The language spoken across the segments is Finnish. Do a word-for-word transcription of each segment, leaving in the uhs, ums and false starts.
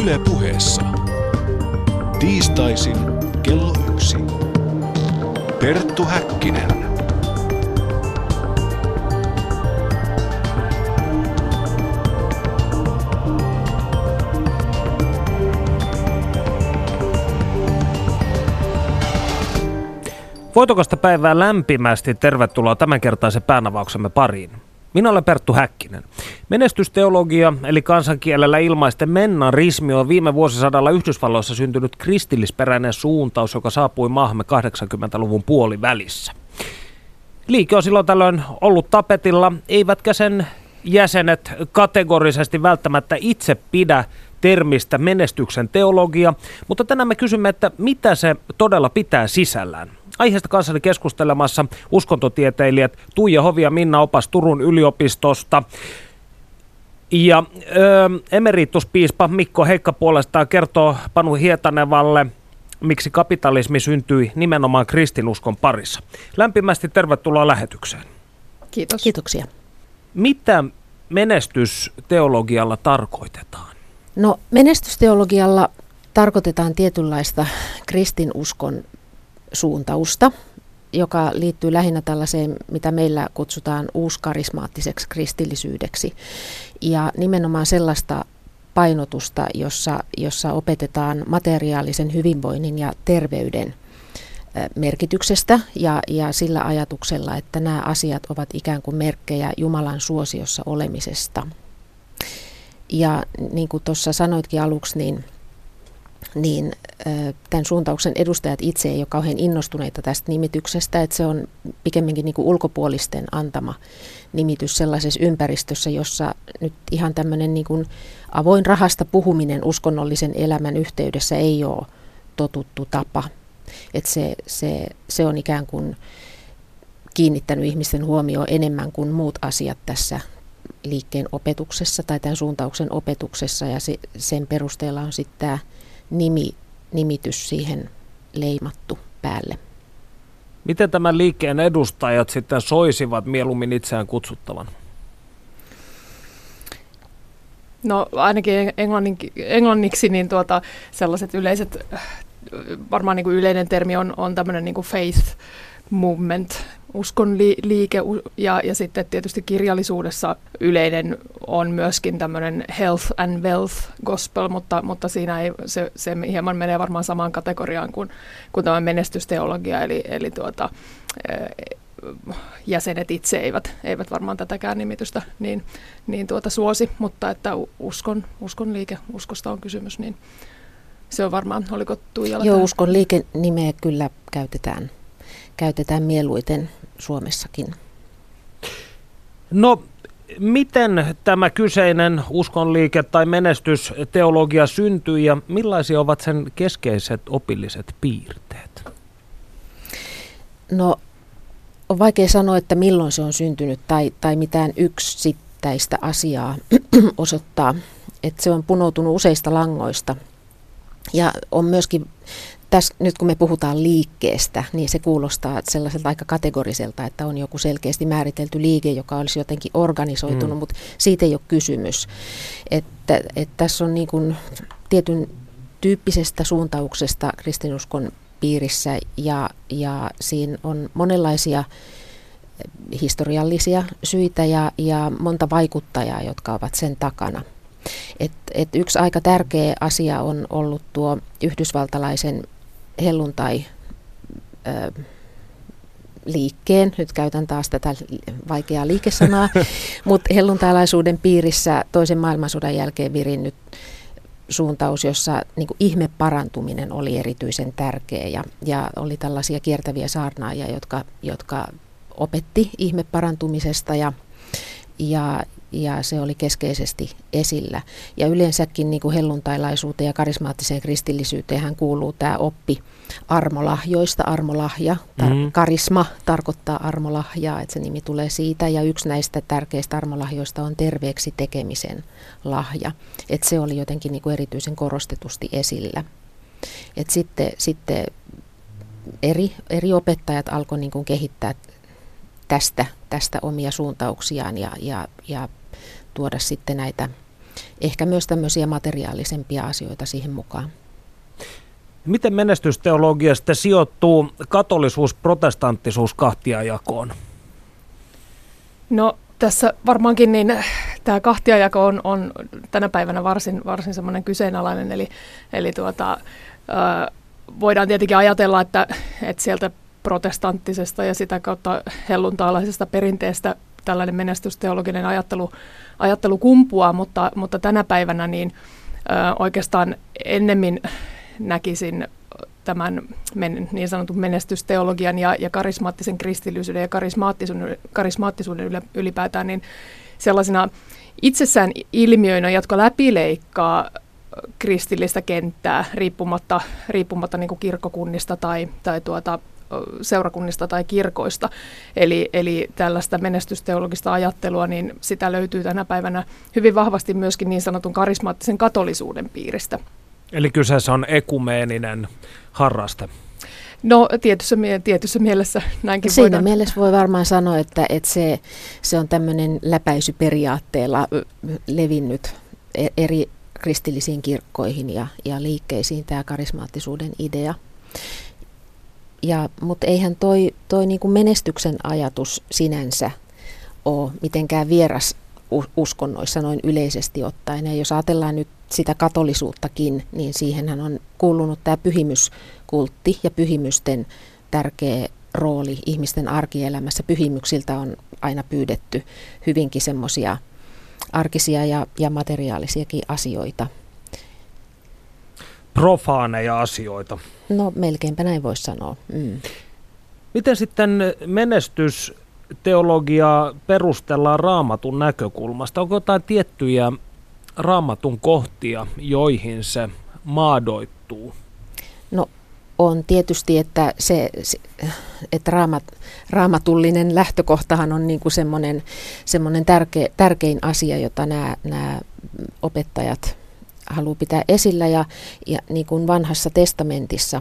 Yle Puheessa. Tiistaisin kello yksi. Perttu Häkkinen. Voitokasta päivää lämpimästi. Tervetuloa tämänkertaisen päänavauksemme pariin. Minä olen Perttu Häkkinen. Menestysteologia, eli kansankielellä ilmaisten mennarismi, on viime vuosisadalla Yhdysvalloissa syntynyt kristillisperäinen suuntaus, joka saapui maahamme kahdeksankymmentäluvun puolivälissä. Liike on silloin tällöin ollut tapetilla, eivätkä sen jäsenet kategorisesti välttämättä itse pidä termistä menestyksen teologia, mutta tänään me kysymme, että mitä se todella pitää sisällään. Aiheesta kanssani keskustelemassa uskontotieteilijät Tuija Hovi ja Minna Opas Turun yliopistosta. Ja ö, emerituspiispa Mikko Heikka puolestaan kertoo Panu Hietanevalle, miksi kapitalismi syntyi nimenomaan kristinuskon parissa. Lämpimästi tervetuloa lähetykseen. Kiitos. Kiitoksia. Mitä menestysteologialla tarkoitetaan? No, menestysteologialla tarkoitetaan tietynlaista kristinuskon suuntausta, joka liittyy lähinnä tällaiseen, mitä meillä kutsutaan uuskarismaattiseksi kristillisyydeksi. Ja nimenomaan sellaista painotusta, jossa, jossa opetetaan materiaalisen hyvinvoinnin ja terveyden merkityksestä ja, ja sillä ajatuksella, että nämä asiat ovat ikään kuin merkkejä Jumalan suosiossa olemisesta. Ja niin kuin tuossa sanoitkin aluksi, niin niin tämän suuntauksen edustajat itse ei ole kauhean innostuneita tästä nimityksestä, että se on pikemminkin niin kuin ulkopuolisten antama nimitys sellaisessa ympäristössä, jossa nyt ihan tämmöinen niin kuin avoin rahasta puhuminen uskonnollisen elämän yhteydessä ei ole totuttu tapa. Että se, se, se on ikään kuin kiinnittänyt ihmisten huomioon enemmän kuin muut asiat tässä liikkeen opetuksessa tai tämän suuntauksen opetuksessa, ja se, sen perusteella on sitten tämä Nimi, nimitys siihen leimattu päälle. Miten tämän liikkeen edustajat sitten soisivat mieluummin itseään kutsuttavan? No ainakin englannin, englanniksi niin tuota, sellaiset yleiset, varmaan niin kuin yleinen termi on, on tämmöinen niin kuin faith movement, uskon li, liike, ja, ja sitten tietysti kirjallisuudessa yleinen on myöskin tämmöinen health and wealth gospel, mutta, mutta siinä ei, se, se hieman menee varmaan samaan kategoriaan kuin, kuin tämä menestysteologia, eli, eli tuota, jäsenet itse eivät, eivät varmaan tätäkään nimitystä niin, niin tuota suosi, mutta että uskon, uskon liike, uskosta on kysymys, niin se on varmaan, oliko Tuijalla? Joo, uskon liike nimeä kyllä käytetään. Käytetään mieluiten Suomessakin. No, miten tämä kyseinen uskonliike tai menestysteologia syntyi ja millaisia ovat sen keskeiset opilliset piirteet? No, on vaikea sanoa, että milloin se on syntynyt tai, tai mitään yksittäistä asiaa osoittaa. Että se on punoutunut useista langoista ja on myöskin tässä, nyt kun me puhutaan liikkeestä, niin se kuulostaa sellaiselta aika kategoriselta, että on joku selkeästi määritelty liike, joka olisi jotenkin organisoitunut, mm. mutta siitä ei ole kysymys. Että, että tässä on niin kuin tietyn tyyppisestä suuntauksesta kristinuskon piirissä ja, ja siinä on monenlaisia historiallisia syitä ja, ja monta vaikuttajaa, jotka ovat sen takana. Et, et yksi aika tärkeä asia on ollut tuo yhdysvaltalaisen helluntai ö, liikkeen, nyt käytän taas tätä vaikeaa liikesanaa, mutta helluntailaisuuden piirissä toisen maailmansodan jälkeen virinnyt suuntaus, jossa niin kuin ihmeparantuminen oli erityisen tärkeä ja, ja oli tällaisia kiertäviä saarnaajia, jotka, jotka opetti ihmeparantumisesta ja, ja ja se oli keskeisesti esillä. Ja yleensäkin niin kuin helluntailaisuuteen ja karismaattiseen kristillisyyteen kuuluu tämä oppi armolahjoista, armolahja, tar- mm-hmm. karisma tarkoittaa armolahjaa, että se nimi tulee siitä, ja yksi näistä tärkeistä armolahjoista on terveeksi tekemisen lahja, että se oli jotenkin niin kuin erityisen korostetusti esillä. Et sitten, sitten eri, eri opettajat alkoi niin kuin kehittää tästä, tästä omia suuntauksiaan ja, ja, ja tuoda sitten näitä ehkä myös tämmöisiä materiaalisempia asioita siihen mukaan. Miten menestysteologia sitten sijoittuu katolisuus-protestanttisuus kahtiajakoon? No tässä varmaankin niin tämä kahtiajako on, on tänä päivänä varsin, varsin semmoinen kyseenalainen, eli, eli tuota, ö, voidaan tietenkin ajatella, että, että sieltä protestanttisesta ja sitä kautta helluntaalaisesta perinteestä tällainen menestysteologinen ajattelu, ajattelu kumpuaa, mutta, mutta tänä päivänä niin ö, oikeastaan ennemmin näkisin tämän men, niin sanotun menestysteologian ja, ja karismaattisen kristillisyyden ja karismaattisuuden, karismaattisuuden ylipäätään niin sellaisina itsessään ilmiöinä, jotka läpileikkaa kristillistä kenttää riippumatta, riippumatta niin kuin kirkkokunnista tai, tai tuota, seurakunnista tai kirkoista. Eli, eli tällaista menestysteologista ajattelua, niin sitä löytyy tänä päivänä hyvin vahvasti myöskin niin sanotun karismaattisen katolisuuden piiristä. Eli kyseessä on ekumeeninen harraste. No tietyssä, tietyssä mielessä näinkin Siinä voidaan. mielessä voi varmaan sanoa, että, että se, se on tämmöinen läpäisyperiaatteella levinnyt eri kristillisiin kirkkoihin ja, ja liikkeisiin tämä karismaattisuuden idea. Ja, mutta eihän toi, toi niin kuin menestyksen ajatus sinänsä ole mitenkään vieras uskonnoissa noin yleisesti ottaen. Ja jos ajatellaan nyt sitä katolisuuttakin, niin siihenhän on kuulunut tämä pyhimyskultti ja pyhimysten tärkeä rooli ihmisten arkielämässä. Pyhimyksiltä on aina pyydetty hyvinkin semmoisia arkisia ja, ja materiaalisiakin asioita. Profaaneja asioita. No melkeinpä näin voisi sanoa. Mm. Miten sitten menestysteologiaa perustellaan Raamatun näkökulmasta? Onko jotain tiettyjä Raamatun kohtia, joihin se maadoittuu? No on tietysti, että, se, että raamat, raamatullinen lähtökohtahan on niin kuin semmoinen, semmoinen tärke, tärkein asia, jota nämä, nämä opettajat haluaa pitää esillä. Ja, ja niin kuin vanhassa testamentissa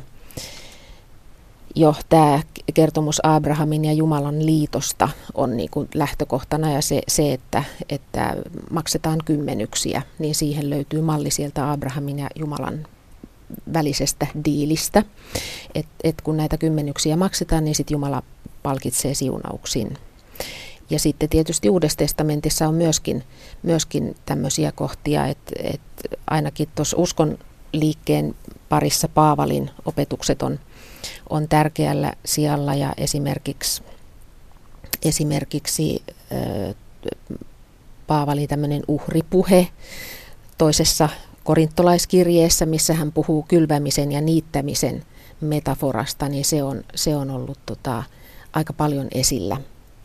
jo tämä kertomus Abrahamin ja Jumalan liitosta on niin kuin lähtökohtana ja se, se että, että maksetaan kymmenyksiä, niin siihen löytyy malli sieltä Abrahamin ja Jumalan välisestä diilistä, että et kun näitä kymmenyksiä maksetaan, niin sitten Jumala palkitsee siunauksin. Ja sitten tietysti Uudessa testamentissa on myöskin, myöskin tämmöisiä kohtia, että, että ainakin tuossa uskon liikkeen parissa Paavalin opetukset on, on tärkeällä sijalla ja esimerkiksi, esimerkiksi äh, Paavalin tämmöinen uhripuhe toisessa korintolaiskirjeessä, missä hän puhuu kylvämisen ja niittämisen metaforasta, niin se on, se on ollut tota, aika paljon esillä,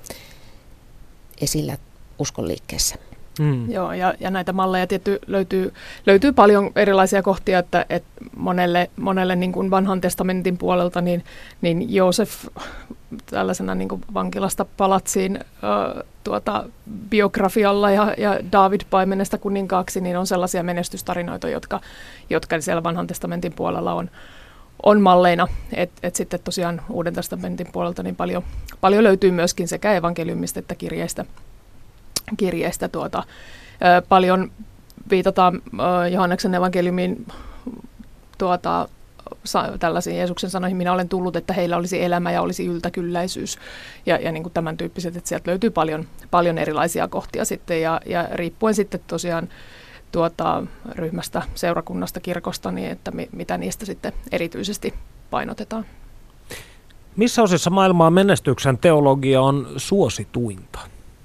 esillä uskonliikkeessä. Mm. Joo, ja, ja näitä malleja tietty löytyy, löytyy paljon erilaisia kohtia, että, että monelle, monelle niin kuin vanhan testamentin puolelta niin, niin Joosef tällaisena niin kuin vankilasta palatsiin äh, tuota, biografialla ja, ja David paimenesta kuninkaaksi, niin on sellaisia menestystarinoita, jotka, jotka siellä vanhan testamentin puolella on, on malleina. Et, et sitten tosiaan Uuden testamentin puolelta niin paljon, paljon löytyy myöskin sekä evankeliumista että kirjeistä. kirjeistä tuota, ö, paljon viitataan ö, Johanneksen evankeliumiin tuota, sa, tällaisiin Jeesuksen sanoihin, minä olen tullut, että heillä olisi elämä ja olisi yltäkylläisyys ja, ja niin kuin tämän tyyppiset, että sieltä löytyy paljon, paljon erilaisia kohtia sitten ja, ja riippuen sitten tosiaan tuota, ryhmästä, seurakunnasta, kirkosta, niin että mi, mitä niistä sitten erityisesti painotetaan. Missä osissa maailmaa menestyksen teologia on suosituinta?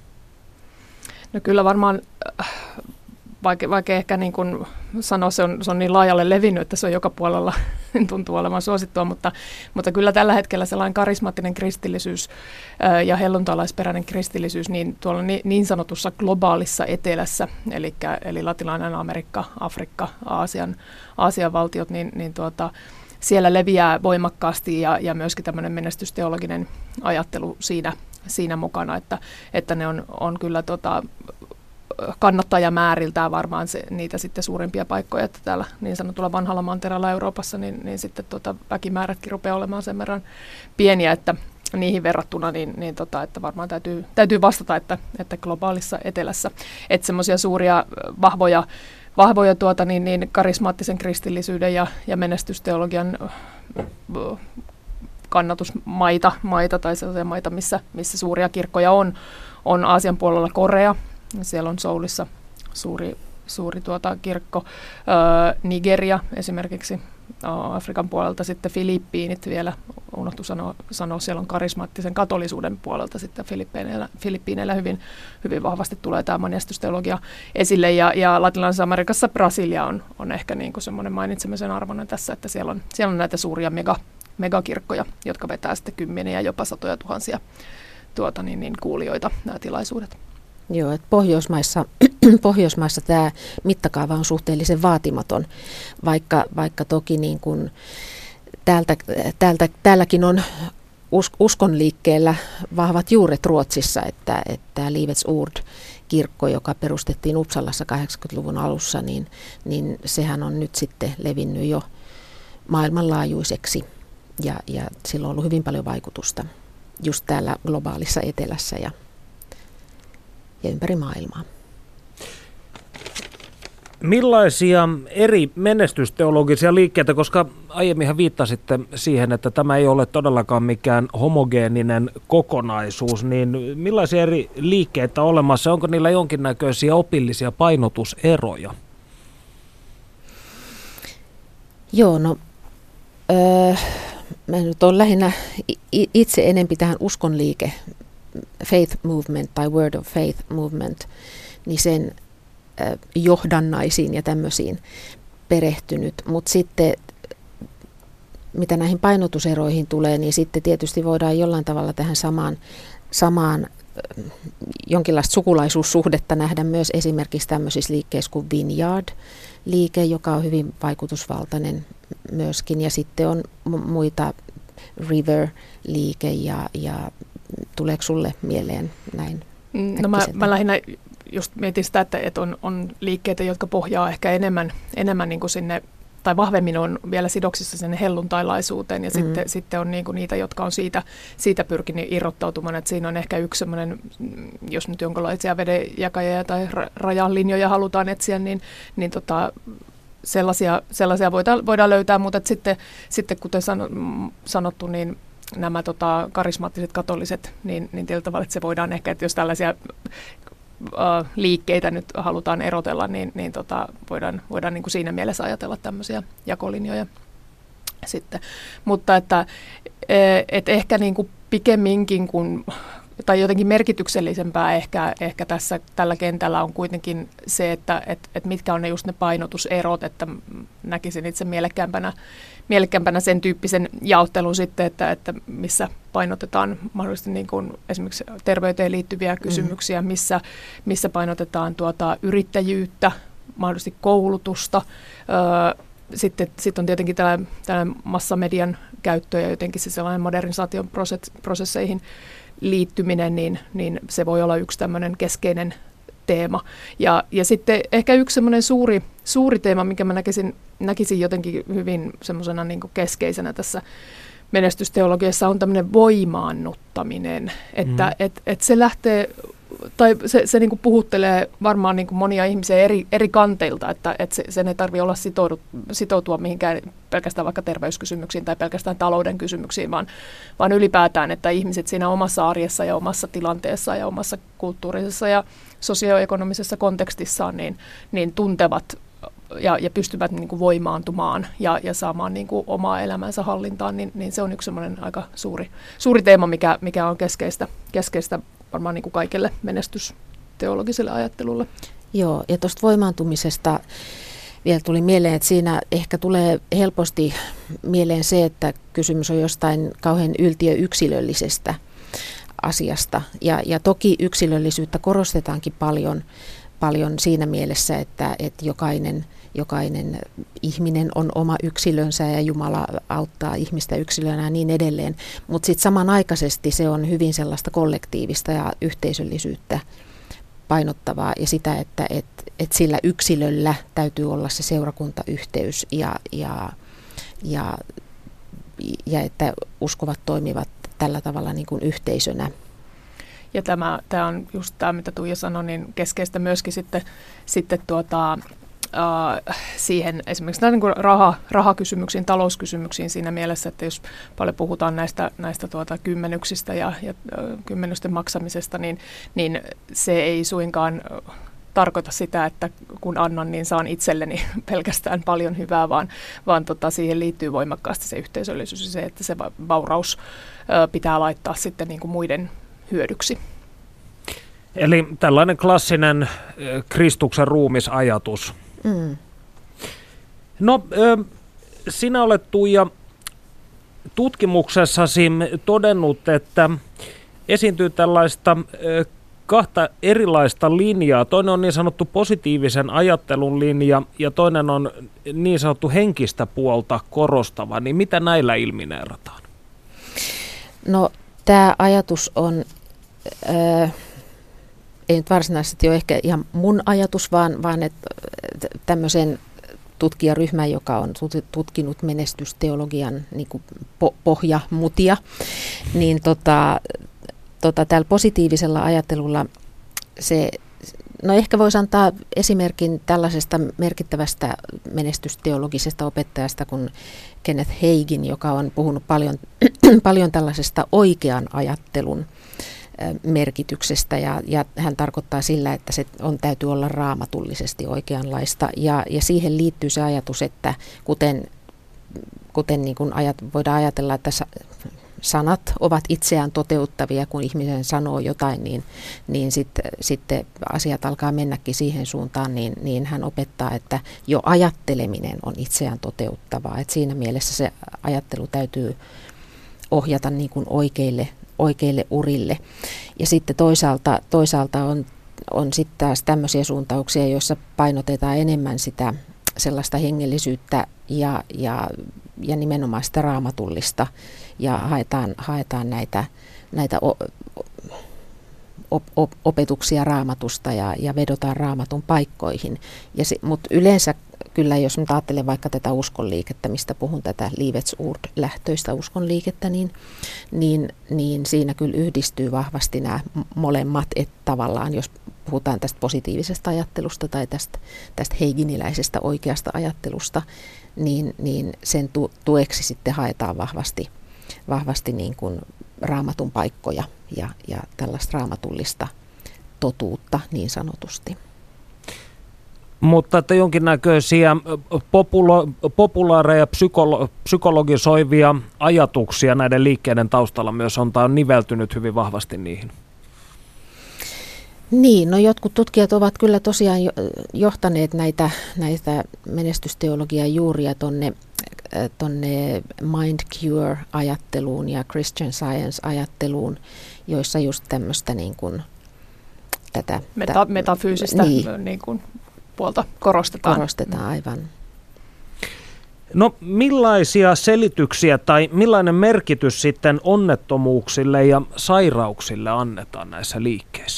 No kyllä varmaan, vaikka, vaikka ehkä niin kuin sanoa, se on, se on niin laajalle levinnyt, että se on joka puolella tuntuu olevan suosittua, mutta, mutta kyllä tällä hetkellä sellainen karismaattinen kristillisyys ää, ja helluntalaisperäinen kristillisyys niin tuolla niin, niin sanotussa globaalissa etelässä, eli, eli Latinalainen Amerikka, Afrikka, Aasian, Aasian valtiot, niin, niin tuota, siellä leviää voimakkaasti ja, ja myöskin tämmöinen menestysteologinen ajattelu siinä, siinä mukana, että, että ne on, on kyllä tota, kannattajamääriltään varmaan se, niitä sitten suurimpia paikkoja, että täällä niin sanotulla vanhalla mantereella Euroopassa, niin, niin sitten tota, väkimäärätkin rupeaa olemaan sen verran pieniä, että, niihin verrattuna, niin, niin tota, että varmaan täytyy, täytyy vastata, että, että globaalissa etelässä, että semmoisia suuria vahvoja, vahvoja tuota, niin, niin karismaattisen kristillisyyden ja, ja menestysteologian kannatusmaita maita, tai sellaisia maita, missä, missä suuria kirkkoja on, on Aasian puolella Korea, siellä on Soulissa suuri, suuri tuota kirkko, öö, Nigeria esimerkiksi, Afrikan puolelta sitten Filippiinit vielä, unohtu sanoa, sanoa, siellä on karismaattisen katolisuuden puolelta sitten Filippiineillä, Filippiineillä hyvin, hyvin vahvasti tulee tämä menestysteologia esille, ja, ja Latinalaisessa Amerikassa Brasilia on, on ehkä niin kuin semmoinen mainitsemisen arvoinen tässä, että siellä on, siellä on näitä suuria mega, megakirkkoja, jotka vetää sitten kymmeniä, jopa satoja tuhansia tuota, niin, niin, kuulijoita nämä tilaisuudet. Joo, että Pohjoismaissa, Pohjoismaissa tämä mittakaava on suhteellisen vaatimaton, vaikka, vaikka toki niin kuin täältä, täältä, täälläkin on us, uskonliikkeellä vahvat juuret Ruotsissa, että, että Livets Ord-kirkko, joka perustettiin Uppsalassa kahdeksankymmentäluvun alussa, niin, niin sehän on nyt sitten levinnyt jo maailmanlaajuiseksi ja, ja sillä on ollut hyvin paljon vaikutusta just täällä globaalissa etelässä ja ja ympäri maailmaa. Millaisia eri menestysteologisia liikkeitä, koska aiemminhan viittasitte siihen, että tämä ei ole todellakaan mikään homogeeninen kokonaisuus, niin millaisia eri liikkeitä on olemassa? Onko niillä jonkinnäköisiä opillisia painotuseroja? Joo, no öö, mä nyt olen lähinnä itse enempi tähän uskonliike faith movement tai word of faith movement, niin sen äh, johdannaisiin ja tämmöisiin perehtynyt. Mutta sitten, mitä näihin painotuseroihin tulee, niin sitten tietysti voidaan jollain tavalla tähän samaan, samaan äh, jonkinlaista sukulaisuussuhdetta nähdä myös esimerkiksi tämmöisissä liikkeissä kuin Vineyard-liike, joka on hyvin vaikutusvaltainen myöskin. Ja sitten on muita River-liike ja, ja tuleeko sulle mieleen näin? No mä, mä lähinnä just mietin sitä, että, että on, on liikkeitä, jotka pohjaa ehkä enemmän, enemmän niin kuin sinne, tai vahvemmin on vielä sidoksissa sinne helluntailaisuuteen, ja mm. sitten, sitten on niin kuin niitä, jotka on siitä, siitä pyrkinyt irrottautumaan, että siinä on ehkä yksi semmoinen, jos nyt jonkinlaisia vedenjakajia tai rajalinjoja halutaan etsiä, niin, niin tota, sellaisia, sellaisia voidaan, voidaan löytää, mutta sitten, sitten kuten sanottu, niin nämä tota, karismaattiset katoliset, niin, niin tietyllä tavalla, että se voidaan ehkä, että jos tällaisia äh, liikkeitä nyt halutaan erotella, niin, niin tota, voidaan, voidaan niin kuin siinä mielessä ajatella tämmöisiä jakolinjoja sitten. Mutta että et ehkä niin kuin pikemminkin kuin, tai jotenkin merkityksellisempää ehkä, ehkä tässä tällä kentällä on kuitenkin se, että et, et mitkä on ne just ne painotuserot, että näkisin itse mielekkäämpänä, mielekkäämpänä sen tyyppisen jaottelun sitten, että, että missä painotetaan mahdollisesti niin kuin esimerkiksi terveyteen liittyviä kysymyksiä, missä, missä painotetaan tuota yrittäjyyttä, mahdollisesti koulutusta. Öö, sitten, sitten on tietenkin tällainen, tällainen massamedian käyttö ja jotenkin se sellainen modernisaation prosesseihin liittyminen, niin, niin se voi olla yksi tämmöinen keskeinen teema. Ja, ja sitten ehkä yksi semmoinen suuri, suuri teema, mikä mä näkisin, näkisin jotenkin hyvin semmoisena niin kuin keskeisenä tässä menestysteologiassa, on tämmöinen voimaannuttaminen, että mm. et, et se lähtee, tai se, se niin kuin puhuttelee varmaan niin kuin monia ihmisiä eri, eri kanteilta, että, että se, sen ei tarvitse olla sitoudu, sitoutua mihinkään pelkästään vaikka terveyskysymyksiin tai pelkästään talouden kysymyksiin, vaan, vaan ylipäätään, että ihmiset siinä omassa arjessa ja omassa tilanteessa ja omassa kulttuurisessa ja sosioekonomisessa kontekstissaan niin, niin tuntevat ja, ja pystyvät niin kuin voimaantumaan ja, ja saamaan niin kuin omaa elämänsä hallintaan, niin, niin se on yksi semmoinen aika suuri, suuri teema, mikä, mikä on keskeistä, keskeistä varmaan niin kuin kaikille menestysteologiselle ajattelulle. Joo, ja tuosta voimaantumisesta vielä tuli mieleen, että siinä ehkä tulee helposti mieleen se, että kysymys on jostain kauhean yltiöyksilöllisestä asiasta. Ja, ja toki yksilöllisyyttä korostetaankin paljon, paljon siinä mielessä, että, että jokainen, jokainen ihminen on oma yksilönsä ja Jumala auttaa ihmistä yksilönä ja niin edelleen. Mutta sitten samanaikaisesti se on hyvin sellaista kollektiivista ja yhteisöllisyyttä painottavaa ja sitä, että et, et sillä yksilöllä täytyy olla se seurakuntayhteys ja, ja, ja, ja että uskovat toimivat tällä tavalla niin kuin yhteisönä. Ja tämä, tämä on just tämä, mitä Tuija sanoi, niin keskeistä myöskin sitten, sitten tuota, äh, siihen esimerkiksi niin kuin raha, rahakysymyksiin, talouskysymyksiin siinä mielessä, että jos paljon puhutaan näistä, näistä tuota, kymmenyksistä ja, ja äh, kymmenysten maksamisesta, niin, niin se ei suinkaan tarkoita sitä, että kun annan, niin saan itselleni pelkästään paljon hyvää, vaan, vaan tota, siihen liittyy voimakkaasti se yhteisöllisyys ja se, että se vauraus ö, pitää laittaa sitten niin kuin muiden hyödyksi. Eli tällainen klassinen äh, Kristuksen ruumisajatus. Mm. No, äh, sinä olet, Tuija, tutkimuksessasi todennut, että esiintyy tällaista äh, kahta erilaista linjaa. Toinen on niin sanottu positiivisen ajattelun linja ja toinen on niin sanottu henkistä puolta korostava. Niin mitä näillä ilmineerataan? No, tämä ajatus on, äh, ei nyt varsinaisesti ole ehkä ihan mun ajatus, vaan, vaan että tämmöisen tutkijaryhmän, joka on tutkinut menestysteologian niin kuin po- pohjamutia, niin tota, tota, tällä positiivisella ajattelulla se, no ehkä voisi antaa esimerkin tällaisesta merkittävästä menestysteologisesta opettajasta kuin Kenneth Hagin, joka on puhunut paljon, paljon tällaisesta oikean ajattelun merkityksestä ja, ja hän tarkoittaa sillä, että se on, täytyy olla raamatullisesti oikeanlaista ja, ja siihen liittyy se ajatus, että kuten, kuten niin kuin ajat, voidaan ajatella, että sanat ovat itseään toteuttavia, kun ihminen sanoo jotain, niin, niin sitten sit asiat alkaa mennäkin siihen suuntaan, niin, niin hän opettaa, että jo ajatteleminen on itseään toteuttavaa. Et siinä mielessä se ajattelu täytyy ohjata niin kuin oikeille, oikeille urille. Ja sitten toisaalta, toisaalta on, on sitten taas tämmöisiä suuntauksia, joissa painotetaan enemmän sitä sellaista hengellisyyttä ja, ja, ja nimenomaan sitä raamatullista ja haetaan, haetaan näitä, näitä o, op, op, opetuksia raamatusta ja, ja vedotaan raamatun paikkoihin. Mutta yleensä kyllä, jos nyt ajattelen vaikka tätä uskonliikettä, mistä puhun tätä Livets Ord-lähtöistä uskonliikettä, niin, niin, niin siinä kyllä yhdistyy vahvasti nämä molemmat, että tavallaan jos puhutaan tästä positiivisesta ajattelusta tai tästä, tästä heiginiläisestä oikeasta ajattelusta, niin, niin sen tu, tueksi sitten haetaan vahvasti, vahvasti niin kuin raamatun paikkoja ja, ja tällaista raamatullista totuutta niin sanotusti. Mutta että jonkinnäköisiä populo, populaareja psykolo, psykologisoivia ajatuksia näiden liikkeiden taustalla myös on, tai on niveltynyt hyvin vahvasti niihin. Niin, no jotkut tutkijat ovat kyllä tosiaan johtaneet näitä, näitä menestysteologian juuria tonne, tonne Mind Cure-ajatteluun ja Christian Science-ajatteluun, joissa just tämmöistä niin kuin tätä Meta, metafyysistä niin. Niin kuin puolta korostetaan. Korostetaan, aivan. No millaisia selityksiä tai millainen merkitys sitten onnettomuuksille ja sairauksille annetaan näissä liikkeissä?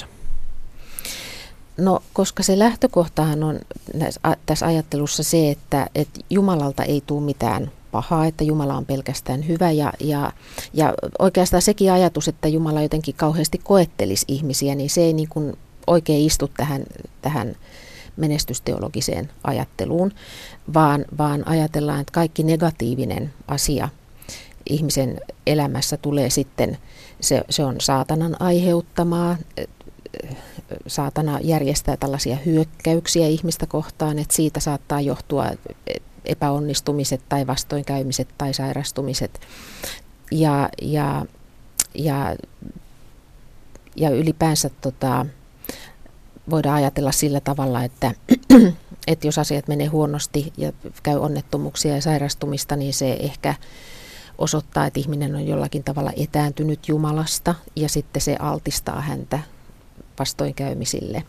No koska se lähtökohtahan on tässä ajattelussa se, että, että Jumalalta ei tule mitään pahaa, että Jumala on pelkästään hyvä ja, ja, ja oikeastaan sekin ajatus, että Jumala jotenkin kauheasti koettelisi ihmisiä, niin se ei niin kuin oikein istu tähän, tähän menestysteologiseen ajatteluun, vaan, vaan ajatellaan, että kaikki negatiivinen asia ihmisen elämässä tulee sitten, se, se on saatanan aiheuttamaa, saatana järjestää tällaisia hyökkäyksiä ihmistä kohtaan, että siitä saattaa johtua epäonnistumiset tai vastoinkäymiset tai sairastumiset ja, ja, ja, ja ylipäänsä tota, voidaan ajatella sillä tavalla, että, että jos asiat menee huonosti ja käy onnettomuuksia ja sairastumista, niin se ehkä osoittaa, että ihminen on jollakin tavalla etääntynyt Jumalasta ja sitten se altistaa häntä vastoinkäymisille.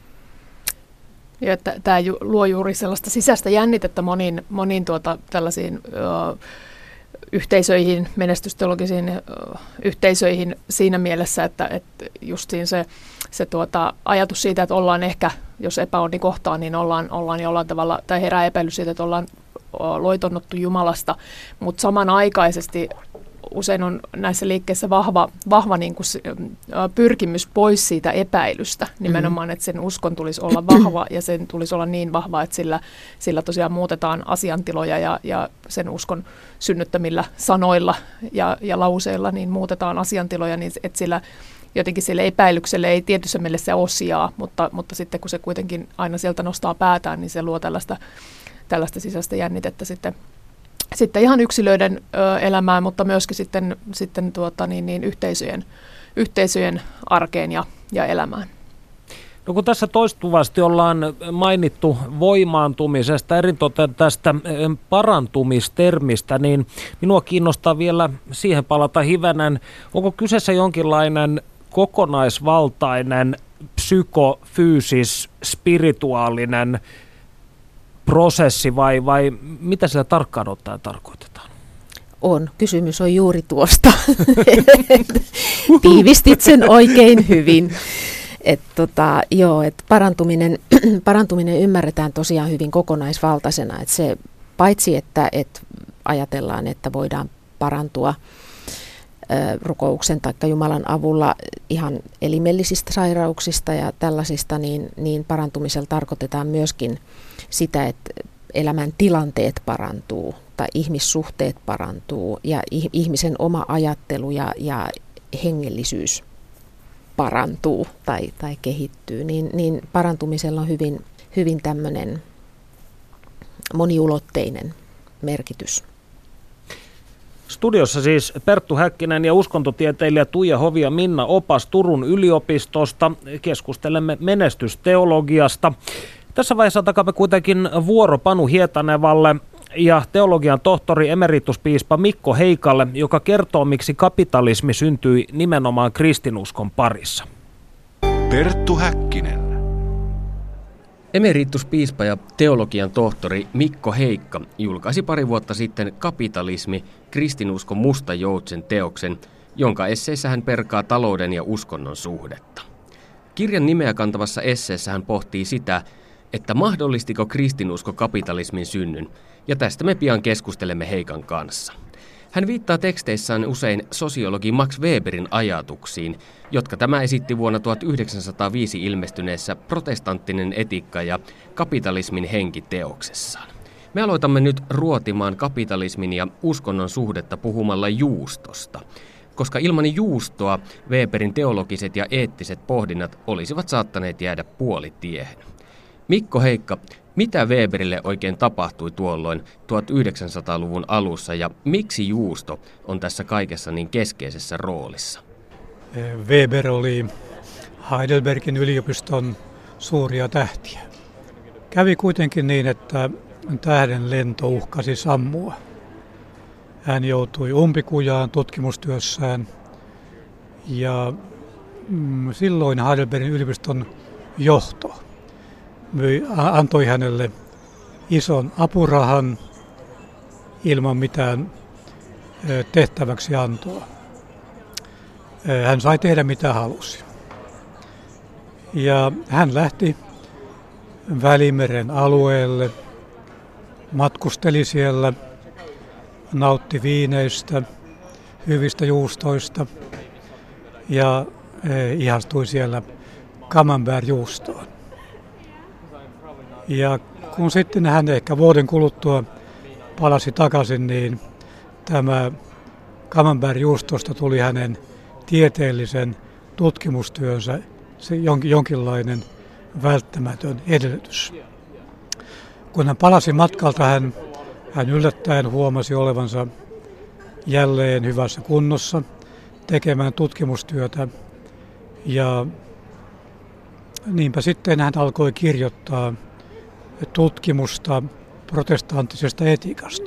Ja tämä luo juuri sellaista sisäistä jännitettä moniin, moniin tuota, tällaisiin ö, yhteisöihin, menestysteologisiin ö, yhteisöihin siinä mielessä, että, että justiin se, se tuota, ajatus siitä, että ollaan ehkä, jos epäonni kohtaa, niin ollaan, ollaan jollain tavalla, tai herää epäilys siitä, että ollaan loitonnuttu Jumalasta, mutta samanaikaisesti usein on näissä liikkeissä vahva, vahva niin kuin, pyrkimys pois siitä epäilystä. Nimenomaan, että sen uskon tulisi olla vahva ja sen tulisi olla niin vahva, että sillä, sillä tosiaan muutetaan asiantiloja ja, ja sen uskon synnyttämillä sanoilla ja, ja lauseilla niin muutetaan asiantiloja, niin että sillä jotenkin sille epäilykselle ei tietyssä mielessä ole sijaa, mutta, mutta sitten kun se kuitenkin aina sieltä nostaa päätään, niin se luo tällaista, tällaista sisäistä jännitettä sitten, sitten ihan yksilöiden ö, elämään, mutta myöskin sitten, sitten tuota, niin, niin yhteisöjen, yhteisöjen arkeen ja, ja elämään. No kun tässä toistuvasti ollaan mainittu voimaantumisesta, eritoten tästä parantumistermistä, niin minua kiinnostaa vielä siihen palata hivenen. Onko kyseessä jonkinlainen kokonaisvaltainen psykofyysis, spirituaalinen prosessi vai, vai mitä sillä tarkkaan ottaen tarkoitetaan? On. Kysymys on juuri tuosta. Tiivistit sen oikein hyvin. Et tota, joo, et parantuminen, parantuminen ymmärretään tosiaan hyvin kokonaisvaltaisena. Et se, paitsi että et ajatellaan, että voidaan parantua rukouksen tai Jumalan avulla ihan elimellisistä sairauksista ja tällaisista, niin, niin parantumisella tarkoitetaan myöskin sitä, että elämän tilanteet parantuu tai ihmissuhteet parantuu ja ihmisen oma ajattelu ja, ja hengellisyys parantuu tai, tai kehittyy, niin, niin parantumisella on hyvin, hyvin tämmöinen moniulotteinen merkitys. Studiossa siis Perttu Häkkinen ja uskontotieteilijä Tuija Hovi ja Minna Opas Turun yliopistosta. Keskustelemme menestysteologiasta. Tässä vaiheessa otakamme kuitenkin vuoro Panu Hietanevalle ja teologian tohtori emerituspiispa Mikko Heikalle, joka kertoo, miksi kapitalismi syntyi nimenomaan kristinuskon parissa. Perttu Häkkinen. Emerituspiispa ja teologian tohtori Mikko Heikka julkaisi pari vuotta sitten Kapitalismi, kristinuskon musta joutsen teoksen, jonka esseessä hän perkaa talouden ja uskonnon suhdetta. Kirjan nimeä kantavassa esseessä hän pohtii sitä, että mahdollistiko kristinusko kapitalismin synnyn, ja tästä me pian keskustelemme Heikan kanssa. Hän viittaa teksteissään usein sosiologi Max Weberin ajatuksiin, jotka tämä esitti vuonna tuhatyhdeksänsataaviisi ilmestyneessä Protestanttinen etiikka ja kapitalismin henki teoksessaan. Me aloitamme nyt ruotimaan kapitalismin ja uskonnon suhdetta puhumalla juustosta, koska ilman juustoa Weberin teologiset ja eettiset pohdinnat olisivat saattaneet jäädä puolitiehen. Mikko Heikka, mitä Weberille oikein tapahtui tuolloin tuhatyhdeksänsataaluvun alussa ja miksi juusto on tässä kaikessa niin keskeisessä roolissa? Weber oli Heidelbergin yliopiston suuria tähtiä. Kävi kuitenkin niin, että tähden lento uhkasi sammua. Hän joutui umpikujaan tutkimustyössään ja mm, silloin Heidelbergin yliopiston johto myi, antoi hänelle ison apurahan ilman mitään tehtäväksi antoa. Hän sai tehdä mitä halusi. Ja hän lähti Välimeren alueelle, matkusteli siellä, nautti viineistä, hyvistä juustoista ja ihastui siellä camembert-juustoon. Ja kun sitten hän ehkä vuoden kuluttua palasi takaisin, niin tämä camembert-juustosta tuli hänen tieteellisen tutkimustyönsä se jonkinlainen välttämätön edellytys. Kun hän palasi matkalta, hän, hän yllättäen huomasi olevansa jälleen hyvässä kunnossa tekemään tutkimustyötä. Ja niinpä sitten hän alkoi kirjoittaa tutkimusta protestanttisesta etiikasta.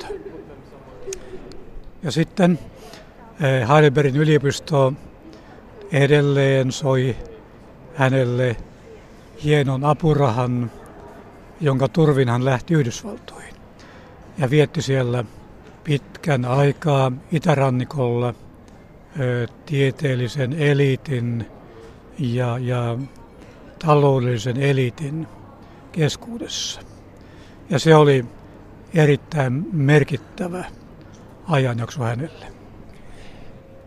Ja sitten Heidelbergin yliopisto edelleen soi hänelle hienon apurahan, jonka turvin hän lähti Yhdysvaltoihin. Ja vietti siellä pitkän aikaa itärannikolla tieteellisen eliitin ja, ja taloudellisen eliitin keskuudessa. Ja se oli erittäin merkittävä ajanjakso hänelle.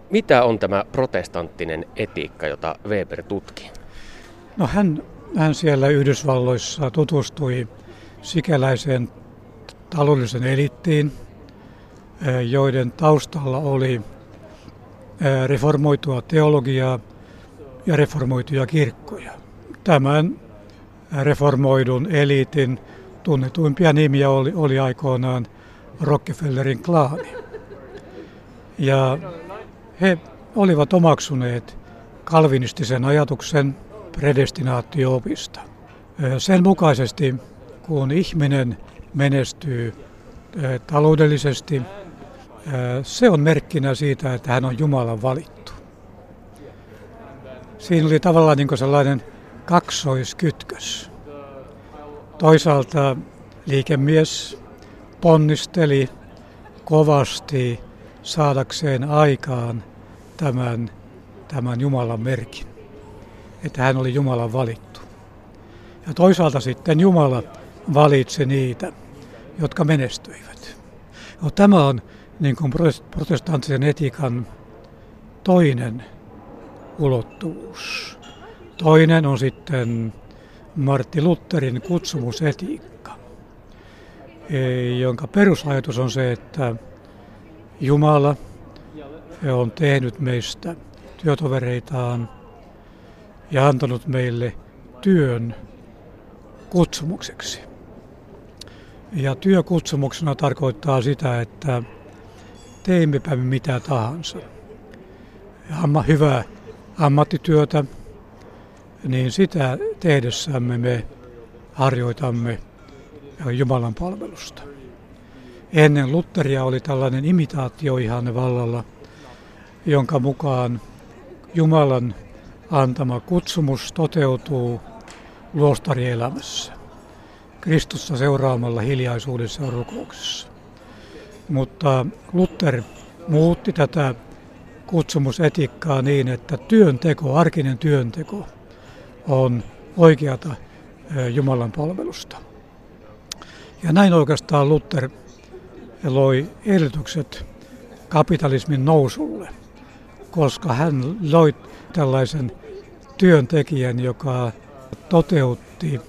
Mitä on tämä protestanttinen etiikka, jota Weber tutki? No hän, hän siellä Yhdysvalloissa tutustui sikäläiseen taloudellisen eliittiin, joiden taustalla oli reformoitua teologiaa ja reformoituja kirkkoja. Tämän reformoidun eliitin tunnetuimpia nimiä oli, oli aikoinaan Rockefellerin klaani. Ja he olivat omaksuneet kalvinistisen ajatuksen predestinaatio-opista. Sen mukaisesti, kun ihminen menestyy taloudellisesti, se on merkkinä siitä, että hän on Jumalan valittu. Siinä oli tavallaan niin kuin sellainen kaksoiskytkös. Toisaalta liikemies ponnisteli kovasti saadakseen aikaan tämän, tämän Jumalan merkin, että hän oli Jumalan valittu. Ja toisaalta sitten Jumala valitsi niitä, jotka menestyivät. No, tämä on niin kuin protestanttisen etiikan toinen ulottuvuus. Toinen on sitten Martti Lutherin kutsumusetiikka, jonka perusajatus on se, että Jumala on tehnyt meistä työtovereitaan ja antanut meille työn kutsumukseksi. Ja työkutsumuksena tarkoittaa sitä, että teimmepä mitä tahansa. Amma, hyvää ammattityötä, niin sitä tehdessämme me harjoitamme Jumalan palvelusta. Ennen Lutheria oli tällainen imitaatioihanne vallalla, jonka mukaan Jumalan antama kutsumus toteutuu luostarielämässä, Kristusta seuraamalla hiljaisuudessa ja rukouksessa. Mutta Luther muutti tätä kutsumusetiikkaa niin, että työnteko, arkinen työnteko on oikeata Jumalan palvelusta. Ja näin oikeastaan Luther loi edellytykset kapitalismin nousulle, koska hän loi tällaisen työntekijän, joka toteutti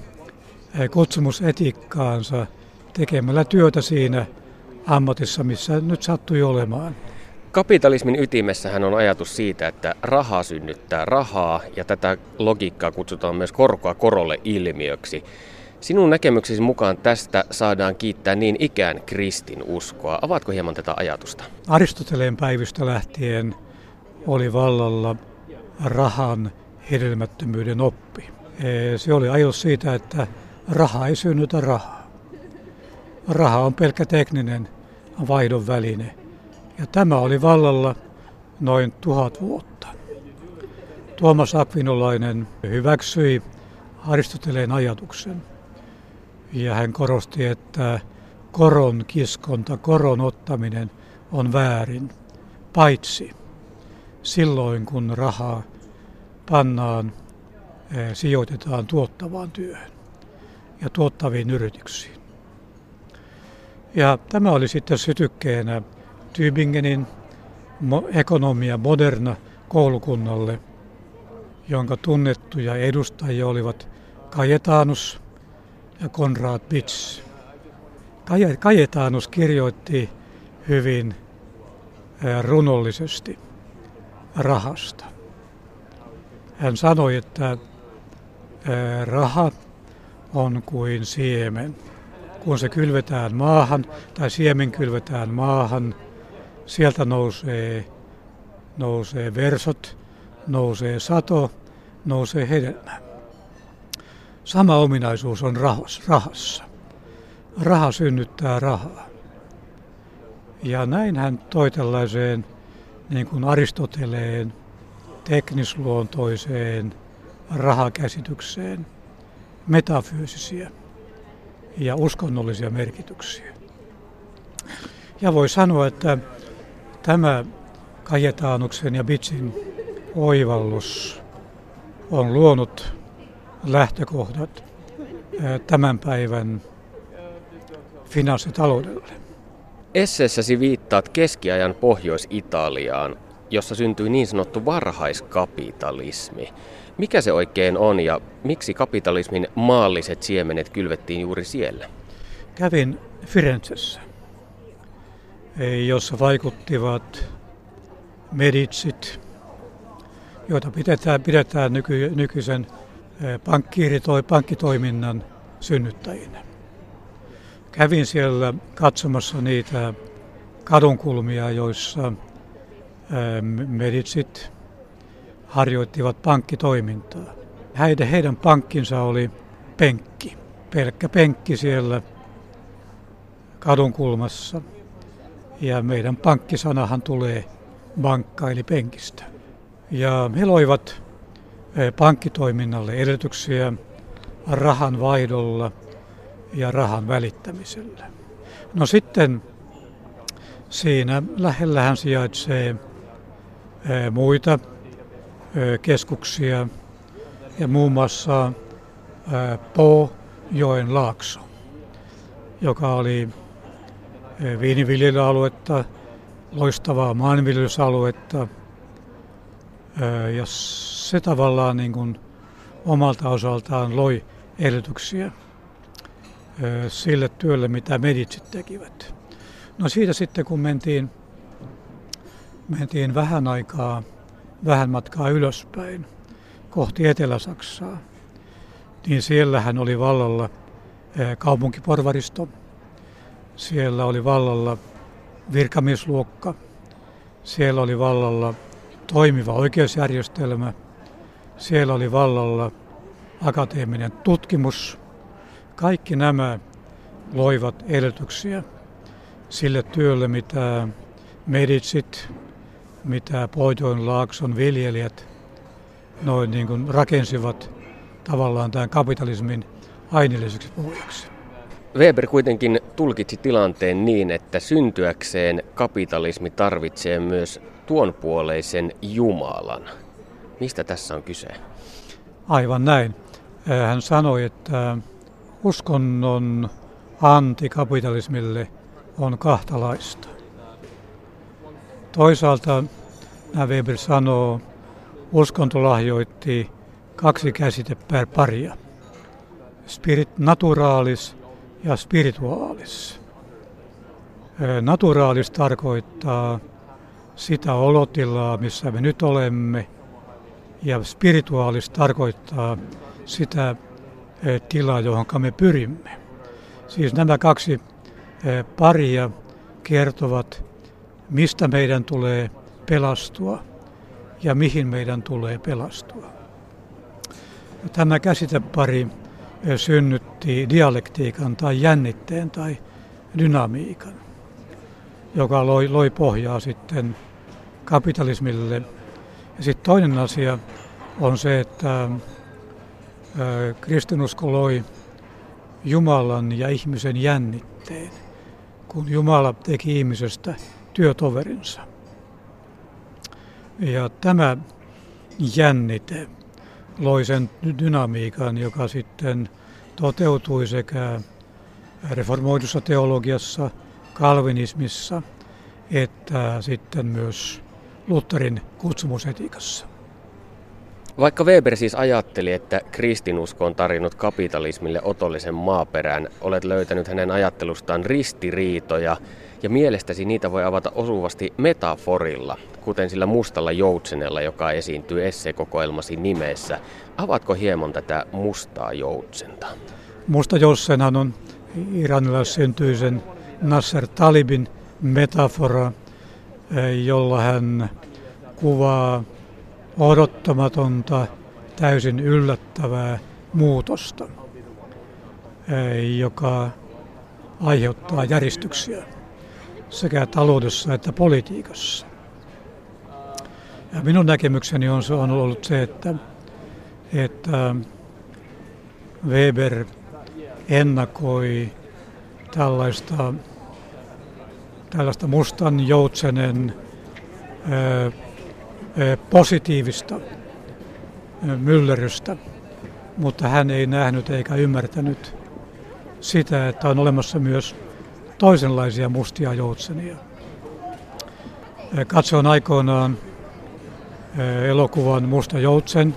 kutsumusetiikkaansa tekemällä työtä siinä ammatissa, missä nyt sattui olemaan. Kapitalismin ytimessähän on ajatus siitä, että raha synnyttää rahaa, ja tätä logiikkaa kutsutaan myös korkoa korolle ilmiöksi. Sinun näkemyksesi mukaan tästä saadaan kiittää niin ikään kristinuskoa. Avaatko hieman tätä ajatusta? Aristoteleen päivistä lähtien oli vallalla rahan hedelmättömyyden oppi. Se oli ajatus siitä, että raha ei synnytä rahaa. Raha on pelkkä tekninen vaihdon väline. Ja tämä oli vallalla noin tuhat vuotta. Tuomas Akvinolainen hyväksyi Aristoteleen ajatuksen. Ja hän korosti, että koron kiskonta, koron ottaminen on väärin, paitsi silloin kun rahaa pannaan, sijoitetaan tuottavaan työhön ja tuottaviin yrityksiin. Ja tämä oli sitten sytykkeenä Tübingenin ekonomia moderna koulukunnalle, jonka tunnettuja edustajia olivat Cajetanus ja Konrad Bitz. Cajetanus kirjoitti hyvin runollisesti rahasta. Hän sanoi, että raha on kuin siemen. Kun se kylvetään maahan tai siemen kylvetään maahan, sieltä nousee, nousee versot, nousee sato, nousee hedelmä. Sama ominaisuus on rahassa. Raha synnyttää rahaa. Ja näin hän toi tällaiseen niin kuin Aristoteleen teknisluontoiseen rahakäsitykseen metafyysisiä ja uskonnollisia merkityksiä. Ja voi sanoa, että tämä Cajetanuksen ja Bitzin oivallus on luonut lähtökohdat tämän päivän finanssitaloudelle. Esseessäsi viittaat keskiajan Pohjois-Italiaan. jossa syntyi niin sanottu varhaiskapitalismi. Mikä se oikein on ja miksi kapitalismin maalliset siemenet kylvettiin juuri siellä? Kävin Firenzessä, jossa vaikuttivat Medicit, joita pidetään, pidetään nyky, nykyisen pankkiiritoi, pankkitoiminnan synnyttäjinä. Kävin siellä katsomassa niitä kadunkulmia, joissa Medicit harjoittivat pankkitoimintaa. Heidän, heidän pankkinsa oli penkki, pelkkä penkki siellä kadunkulmassa. Ja meidän pankkisanahan tulee bankka eli penkistä. Ja he loivat pankkitoiminnalle edellytyksiä rahan vaihdolla ja rahan välittämisellä. No sitten siinä lähellähän sijaitsee muita keskuksia ja muun muassa Pojoen laakso, joka oli viiniviljelyaluetta, loistavaa maanviljelysaluetta ja se tavallaan niin kuin omalta osaltaan loi edellytyksiä sille työlle, mitä Medicit tekivät. No siitä sitten kun mentiin, mentiin vähän aikaa, vähän matkaa ylöspäin kohti Etelä-Saksaa, niin siellähän oli vallalla kaupunkiporvaristo, siellä oli vallalla virkamiesluokka, siellä oli vallalla toimiva oikeusjärjestelmä, siellä oli vallalla akateeminen tutkimus. Kaikki nämä loivat edellytyksiä sille työlle, mitä Medicit, mitä Pojoen laakson viljelijät noin niin kuin rakensivat tavallaan tämän kapitalismin aineelliseksi pohjaksi. Weber kuitenkin tulkitsi tilanteen niin, että syntyäkseen kapitalismi tarvitsee myös tuonpuoleisen Jumalan. Mistä tässä on kyse? Aivan näin. Hän sanoi, että uskonnon antikapitalismille on kahtalaista. Toisaalta Weber sanoo, uskonto lahjoitti kaksi käsite paria, spirit naturalis ja spirituaalis. Naturaalis tarkoittaa sitä olotilaa, missä me nyt olemme, ja spirituaalis tarkoittaa sitä tilaa, johon me pyrimme. Siis nämä kaksi paria kertovat, mistä meidän tulee pelastua ja mihin meidän tulee pelastua. Tämä käsitepari synnytti dialektiikan tai jännitteen tai dynamiikan, joka loi, loi pohjaa sitten kapitalismille. Ja sitten toinen asia on se, että kristinusko loi Jumalan ja ihmisen jännitteen, kun Jumala teki ihmisestä työtoverinsa. Ja tämä jännite loi sen dynamiikan, joka sitten toteutui sekä reformoidussa teologiassa, kalvinismissa, että sitten myös Lutherin kutsumusetiikassa. Vaikka Weber siis ajatteli, että kristinusko on tarjonnut kapitalismille otollisen maaperän, olet löytänyt hänen ajattelustaan ristiriitoja ja mielestäsi niitä voi avata osuvasti metaforilla, kuten sillä mustalla joutsenella, joka esiintyy esseekokoelmasi nimessä. Avaatko hieman tätä mustaa joutsenta? Musta joutsenhan on iranilaissyntyisen Nasser Talibin metafora, jolla hän kuvaa odottamatonta, täysin yllättävää muutosta, joka aiheuttaa järistyksiä sekä taloudessa että politiikassa. Ja minun näkemykseni on, on ollut se, että, että Weber ennakoi tällaista, tällaista mustan joutsenen ää, positiivista myllerrystä, mutta hän ei nähnyt eikä ymmärtänyt sitä, että on olemassa myös toisenlaisia mustia joutsenia. Katsoin aikoinaan elokuvan Musta Joutsen,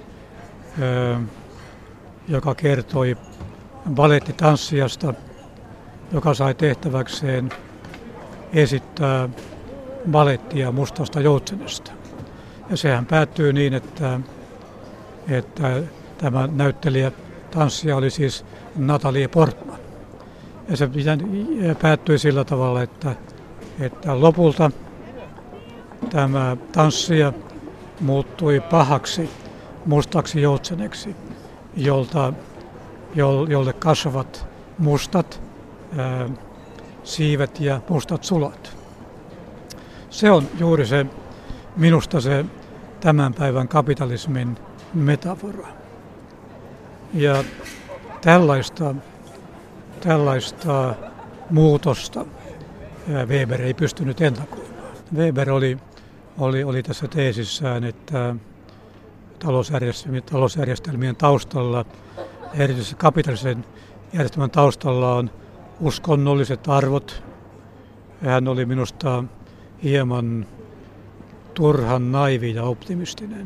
joka kertoi balettitanssijasta, joka sai tehtäväkseen esittää balettia Mustasta Joutsenesta. Ja sehän päättyy niin, että, että tämä näyttelijä, tanssija oli siis Natalie Portman. Ja se päättyi sillä tavalla, että, että lopulta tämä tanssija muuttui pahaksi mustaksi joutseneksi, jolta, jolle kasvavat mustat ää, siivet ja mustat sulat. Se on juuri se, minusta se tämän päivän kapitalismin metafora. Ja tällaista, tällaista muutosta Weber ei pystynyt ennakoimaan. Weber oli, oli, oli tässä teesissään, että talousjärjestelmien, talousjärjestelmien taustalla, erityisesti kapitalisen järjestelmän taustalla on uskonnolliset arvot. Hän oli minusta hieman turhan naivi ja optimistinen.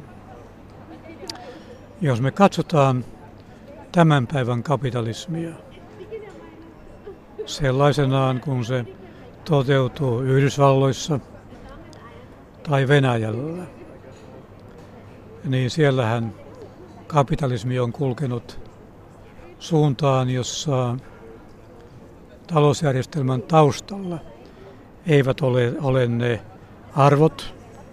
Jos me katsotaan tämän päivän kapitalismia sellaisenaan, kun se toteutuu Yhdysvalloissa tai Venäjällä, niin siellähän kapitalismi on kulkenut suuntaan, jossa talousjärjestelmän taustalla eivät ole, ole ne arvot,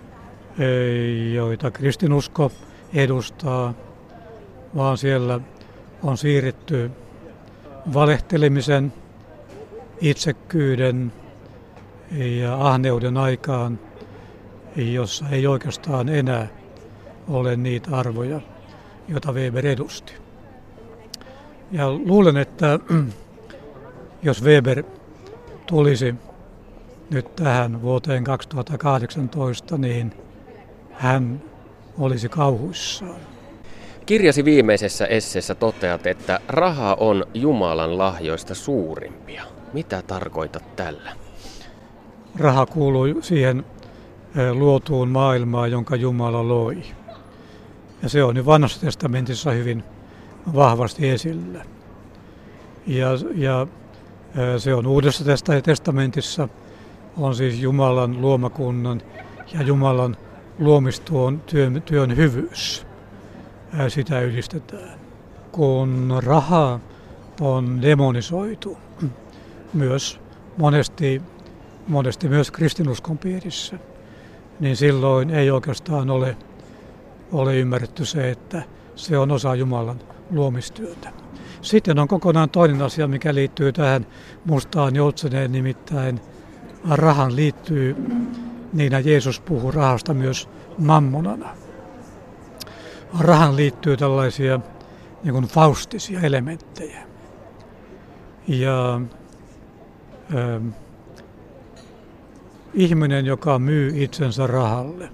joita kristinusko edustaa, vaan siellä on siirretty valehtelemisen, itsekkyyden ja ahneuden aikaan, jossa ei oikeastaan enää ole niitä arvoja, joita Weber edusti. Ja luulen, että jos Weber tulisi nyt tähän vuoteen kaksituhattakahdeksantoista, niin hän olisi kauhuissaan. Kirjasi viimeisessä esseessä toteat, että raha on Jumalan lahjoista suurimpia. Mitä tarkoitat tällä? Raha kuuluu siihen luotuun maailmaan, jonka Jumala loi. Ja se on nyt Vanhassa testamentissa hyvin vahvasti esillä. Ja, ja se on Uudessa testamentissa, on siis Jumalan luomakunnan ja Jumalan luomistuon työn, työn hyvyys. Sitä ylistetään. Kun raha on demonisoitu, myös monesti, monesti myös kristinuskon piirissä, niin silloin ei oikeastaan ole, ole ymmärretty se, että se on osa Jumalan luomistyötä. Sitten on kokonaan toinen asia, mikä liittyy tähän mustaan joutseneen, nimittäin rahan liittyy, niin Jeesus puhuu rahasta myös mammonana. Rahan liittyy tällaisia niin kuin faustisia elementtejä. Ja ö, ihminen, joka myy itsensä rahalle,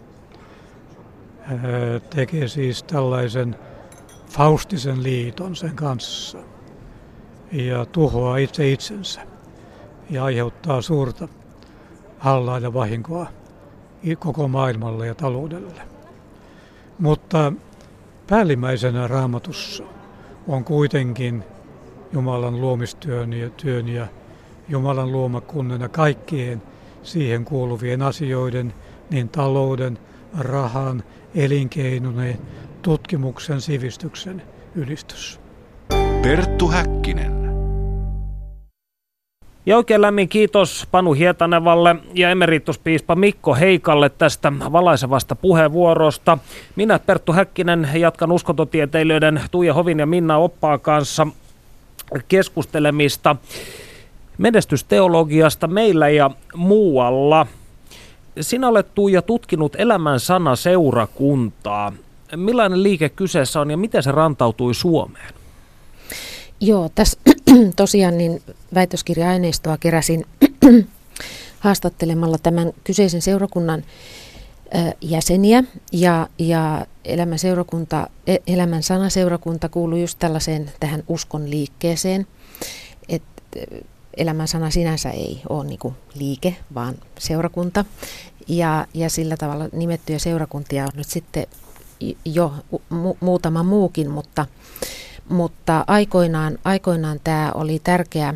ö, tekee siis tällaisen faustisen liiton sen kanssa ja tuhoaa itse itsensä ja aiheuttaa suurta hallaa ja vahinkoa koko maailmalle ja taloudelle. Mutta päällimmäisenä Raamatussa on kuitenkin Jumalan luomistyön ja työn ja Jumalan luomakunnan ja kaikkien siihen kuuluvien asioiden, niin talouden, rahan, elinkeinojen, tutkimuksen, sivistyksen ylistys. Perttu Häkkinen. Ja oikein lämmin kiitos Panu Hietanevalle ja emerituspiispa Mikko Heikalle tästä valaisevasta puheenvuorosta. Minä Perttu Häkkinen jatkan uskontotieteilijöiden Tuija Hovin ja Minna Oppaan kanssa keskustelemista menestysteologiasta meillä ja muualla. Sinä olet, Tuija, tutkinut Elämän sana seurakuntaa. Millainen liike kyseessä on ja miten se rantautui Suomeen? Joo, tässä tosiaan niin väitöskirja-aineistoa keräsin haastattelemalla tämän kyseisen seurakunnan jäseniä ja, ja elämän, seurakunta, elämän sana-seurakunta kuuluu just tällaiseen tähän uskon liikkeeseen, että elämän sana sinänsä ei ole niin kuin liike, vaan seurakunta. Ja, ja sillä tavalla nimettyjä seurakuntia on nyt sitten jo mu- muutama muukin, mutta, mutta aikoinaan, aikoinaan tämä oli tärkeä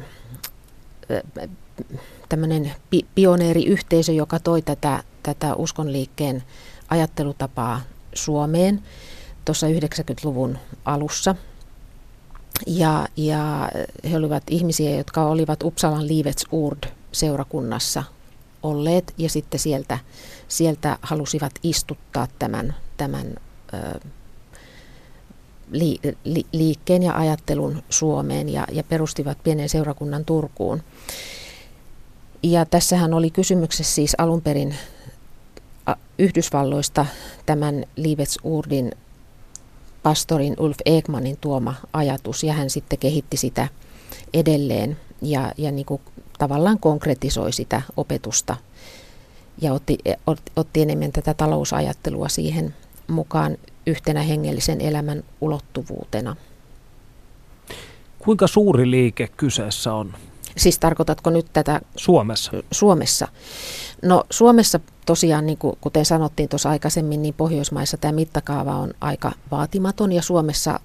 tämmöinen pi- pioneeriyhteisö, joka toi tätä, tätä uskonliikkeen ajattelutapaa Suomeen tuossa yhdeksänkymmentäluvun alussa. Ja, ja he olivat ihmisiä, jotka olivat Uppsalan Livets Ord-seurakunnassa olleet ja sitten sieltä, sieltä halusivat istuttaa tämän, tämän ö, li, li, liikkeen ja ajattelun Suomeen ja, ja perustivat pienen seurakunnan Turkuun. Ja tässähän oli kysymyksessä siis alun perin Yhdysvalloista tämän Livets Ordin pastorin Ulf Ekmanin tuoma ajatus, ja hän sitten kehitti sitä edelleen ja, ja niin kuin tavallaan konkretisoi sitä opetusta ja otti, otti enemmän tätä talousajattelua siihen mukaan yhtenä hengellisen elämän ulottuvuutena. Kuinka suuri liike kyseessä on? Siis tarkoitatko nyt tätä Suomessa? Suomessa. No Suomessa tosiaan, niin kuin, kuten sanottiin tuossa aikaisemmin, niin Pohjoismaissa tämä mittakaava on aika vaatimaton ja Suomessa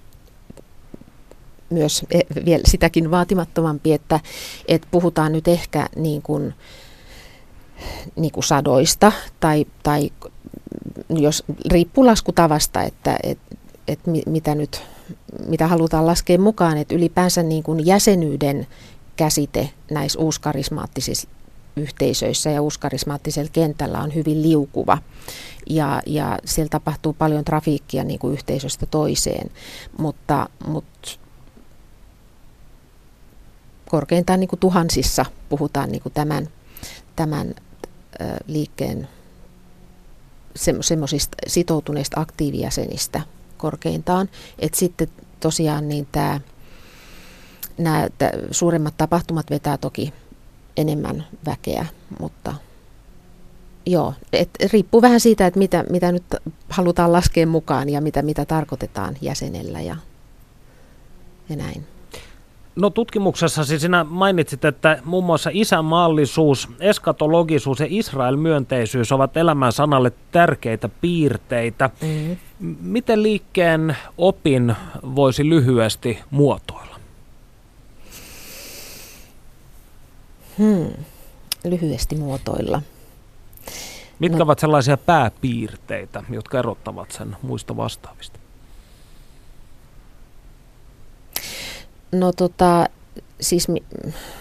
myös vielä sitäkin vaatimattomampi, että, että puhutaan nyt ehkä niin kuin, niin kuin sadoista tai, tai jos riippuu laskutavasta, että, että, että mitä nyt mitä halutaan laskea mukaan, että ylipäänsä niin kuin jäsenyyden käsite näissä uuskarismaattisissa yhteisöissä ja uuskarismaattisella kentällä on hyvin liukuva ja, ja siellä tapahtuu paljon trafiikkia niin kuin yhteisöstä toiseen, mutta, mutta korkeintaan niin kuin tuhansissa puhutaan niin kuin tämän, tämän ö, liikkeen semmoisista sitoutuneista aktiivijäsenistä korkeintaan, että sitten tosiaan niin tämä nämä suuremmat tapahtumat vetää toki enemmän väkeä, mutta joo, et riippuu vähän siitä, että mitä, mitä nyt halutaan laskea mukaan ja mitä, mitä tarkoitetaan jäsenellä ja, ja näin. No tutkimuksessasi sinä mainitsit, että muun muassa isänmaallisuus, eskatologisuus ja Israel-myönteisyys ovat elämän sanalle tärkeitä piirteitä. Mm-hmm. Miten liikkeen opin voisi lyhyesti muotoilla? Hmm. Lyhyesti muotoilla. Mitkä no, ovat sellaisia pääpiirteitä, jotka erottavat sen muista vastaavista? No tota, siis mi,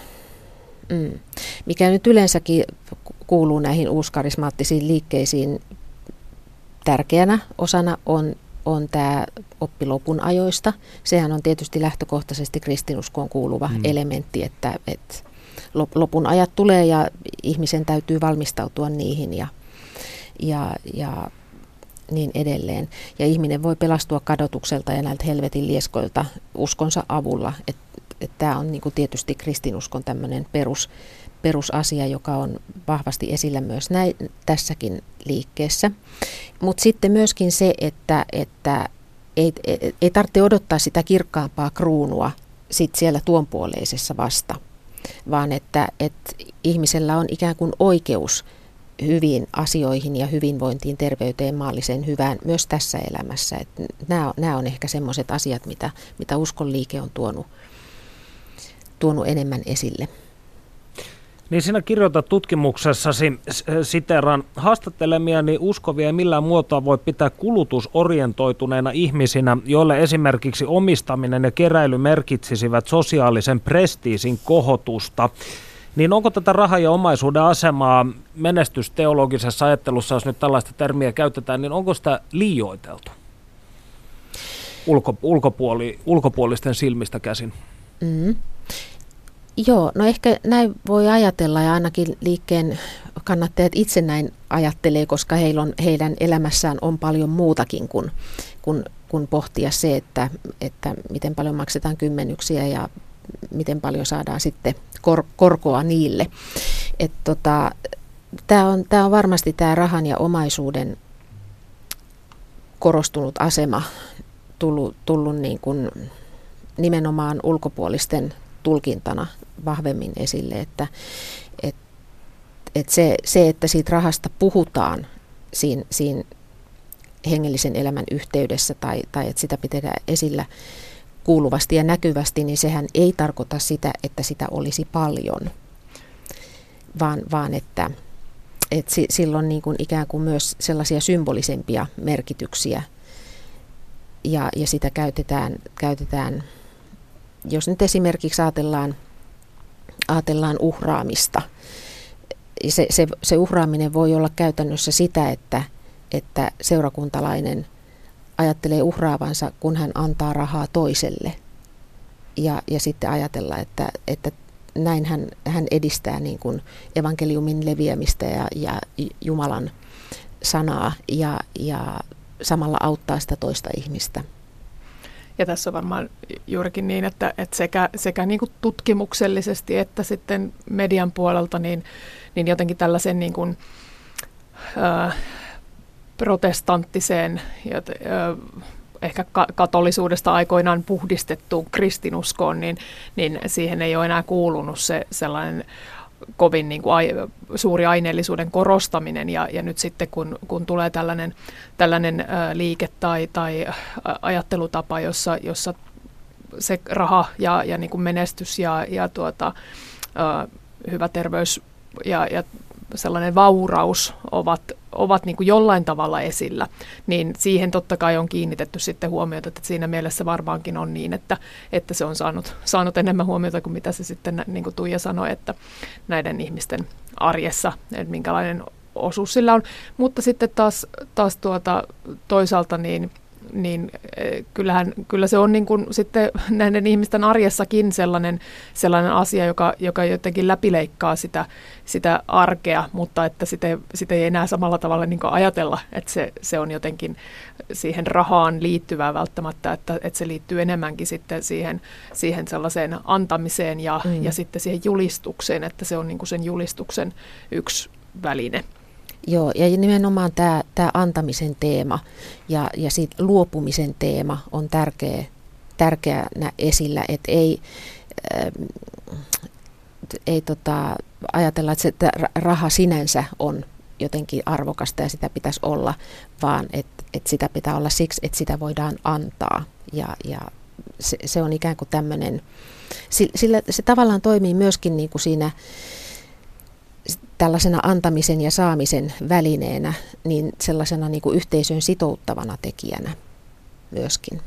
mm, mikä nyt yleensäkin kuuluu näihin uuskarismaattisiin liikkeisiin tärkeänä osana on, on tämä oppi lopun ajoista. Sehän on tietysti lähtökohtaisesti kristinuskoon kuuluva mm. elementti, että, että lopun ajat tulee ja ihmisen täytyy valmistautua niihin ja, ja, ja niin edelleen. Ja ihminen voi pelastua kadotukselta ja näiltä helvetin lieskoilta uskonsa avulla. Että et tämä on niinku tietysti kristinuskon tämmöinen perus, perusasia, joka on vahvasti esillä myös näin, tässäkin liikkeessä. Mutta sitten myöskin se, että, että ei, ei, ei tarvitse odottaa sitä kirkkaampaa kruunua sit siellä tuonpuoleisessa vasta, vaan että, että ihmisellä on ikään kuin oikeus hyviin asioihin ja hyvinvointiin, terveyteen, maalliseen hyvään myös tässä elämässä. Että nämä, nämä on ehkä semmoiset asiat, mitä, mitä uskonliike on tuonut, tuonut enemmän esille. Niin sinä kirjoitat tutkimuksessasi, siteeraan, haastattelemiani uskovia ei millään muotoa voi pitää kulutusorientoituneena ihmisinä, joille esimerkiksi omistaminen ja keräily merkitsisivät sosiaalisen prestiisin kohotusta. Niin onko tätä rahan ja omaisuuden asemaa menestysteologisessa ajattelussa, jos nyt tällaista termiä käytetään, niin onko sitä liioiteltu Ulko, ulkopuoli, ulkopuolisten silmistä käsin? Mm. Joo, no ehkä näin voi ajatella ja ainakin liikkeen kannattajat itse näin ajattelee, koska heillä on, heidän elämässään on paljon muutakin kuin, kuin, kuin pohtia se, että, että miten paljon maksetaan kymmenyksiä ja miten paljon saadaan sitten kor, korkoa niille. Tota, tämä on, tää on varmasti tämä rahan ja omaisuuden korostunut asema tullut, tullut niin kuin nimenomaan ulkopuolisten tulkintana vahvemmin esille, että et, Et se, se, että siitä rahasta puhutaan siinä, siinä hengellisen elämän yhteydessä tai, tai että sitä pidetään esillä kuuluvasti ja näkyvästi, niin sehän ei tarkoita sitä, että sitä olisi paljon, vaan, vaan että, että silloin niin kuin ikään kuin myös sellaisia symbolisempia merkityksiä ja, ja sitä käytetään, käytetään, jos nyt esimerkiksi ajatellaan, ajatellaan uhraamista. Se, se, se uhraaminen voi olla käytännössä sitä, että, että seurakuntalainen ajattelee uhraavansa, kun hän antaa rahaa toiselle. Ja, ja sitten ajatella, että, että näin hän, hän edistää niin kuin evankeliumin leviämistä ja, ja Jumalan sanaa ja, ja samalla auttaa sitä toista ihmistä. Ja tässä on varmaan juurikin niin, että, että sekä, sekä niin kuin tutkimuksellisesti että sitten median puolelta niin, niin jotenkin tällaisen niin kuin, äh, protestanttiseen ja äh, ehkä katolisuudesta aikoinaan puhdistettuun kristinuskoon, niin, niin siihen ei ole enää kuulunut se sellainen kovin niin kuin ai, suuri aineellisuuden korostaminen ja, ja nyt sitten kun, kun tulee tällainen, tällainen ä, liike tai, tai ä, ajattelutapa, jossa, jossa se raha ja, ja niin kuin menestys ja, ja tuota, ä, hyvä terveys ja, ja sellainen vauraus ovat, ovat niin kuin jollain tavalla esillä, niin siihen totta kai on kiinnitetty sitten huomiota, että siinä mielessä varmaankin on niin, että, että se on saanut, saanut enemmän huomiota kuin mitä se sitten, niin kuin Tuija sanoi, että näiden ihmisten arjessa, että minkälainen osuus sillä on. Mutta sitten taas, taas tuota, toisaalta niin niin kyllähän, kyllä se on niin kuin sitten näiden ihmisten arjessakin sellainen, sellainen asia, joka, joka jotenkin läpileikkaa sitä, sitä arkea, mutta että sitä, sitä ei enää samalla tavalla niin kuin ajatella, että se, se on jotenkin siihen rahaan liittyvää välttämättä, että, että se liittyy enemmänkin sitten siihen, siihen sellaiseen antamiseen ja, mm. ja sitten siihen julistukseen, että se on niin kuin sen julistuksen yksi väline. Joo, ja nimenomaan tämä, tämä antamisen teema ja, ja siitä luopumisen teema on tärkeä, tärkeänä esillä, että ei, äh, ei tota, ajatella, että se että raha sinänsä on jotenkin arvokasta ja sitä pitäisi olla, vaan että, että sitä pitää olla siksi, että sitä voidaan antaa ja, ja se, se on ikään kuin tämmöinen, sillä se tavallaan toimii myöskin niin kuin siinä tällaisena antamisen ja saamisen välineenä, niin sellaisena niin kuin yhteisön sitouttavana tekijänä myöskin.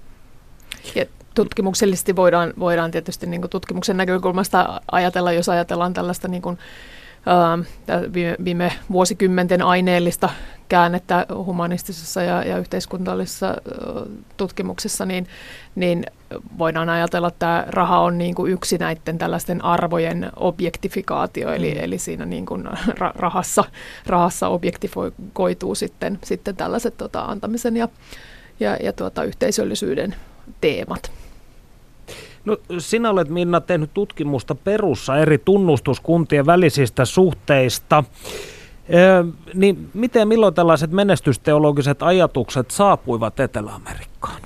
Ja tutkimuksellisesti voidaan, voidaan tietysti niin kuin tutkimuksen näkökulmasta ajatella, jos ajatellaan tällaista niin kuin, ää, viime, viime vuosikymmenten aineellista käännettä humanistisessa ja, ja yhteiskunnallisessa ää, tutkimuksessa, niin, niin voidaan ajatella, että tämä raha on niin kuin yksi näiden tällaisten arvojen objektifikaatio, eli, mm. eli siinä niin kuin rahassa, rahassa objektifikoituu sitten, sitten tällaiset tota, antamisen ja, ja, ja tuota, yhteisöllisyyden teemat. No, sinä olet, Minna, tehnyt tutkimusta Perussa eri tunnustuskuntien välisistä suhteista. Ee, niin miten milloin tällaiset menestysteologiset ajatukset saapuivat Etelä-Amerikkaan?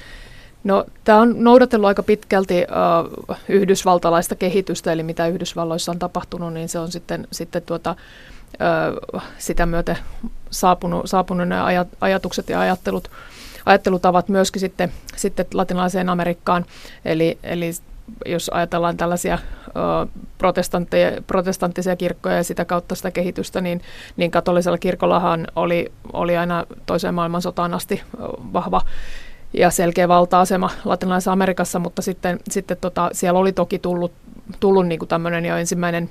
No, tämä on noudatellut aika pitkälti uh, yhdysvaltalaista kehitystä, eli mitä Yhdysvalloissa on tapahtunut, niin se on sitten, sitten tuota, uh, sitä myöten saapunut, saapunut ne ajat, ajatukset ja ajattelut, ajattelutavat myöskin sitten, sitten latinalaiseen Amerikkaan. Eli, eli jos ajatellaan tällaisia uh, protestanttisia kirkkoja ja sitä kautta sitä kehitystä, niin, niin katolisella kirkollahan oli, oli aina toiseen maailmansotaan asti uh, vahva ja selkeä valta-asema Latinalaisessa Amerikassa, mutta sitten, sitten tota, siellä oli toki tullut, tullut niin kuin tämmöinen jo ensimmäinen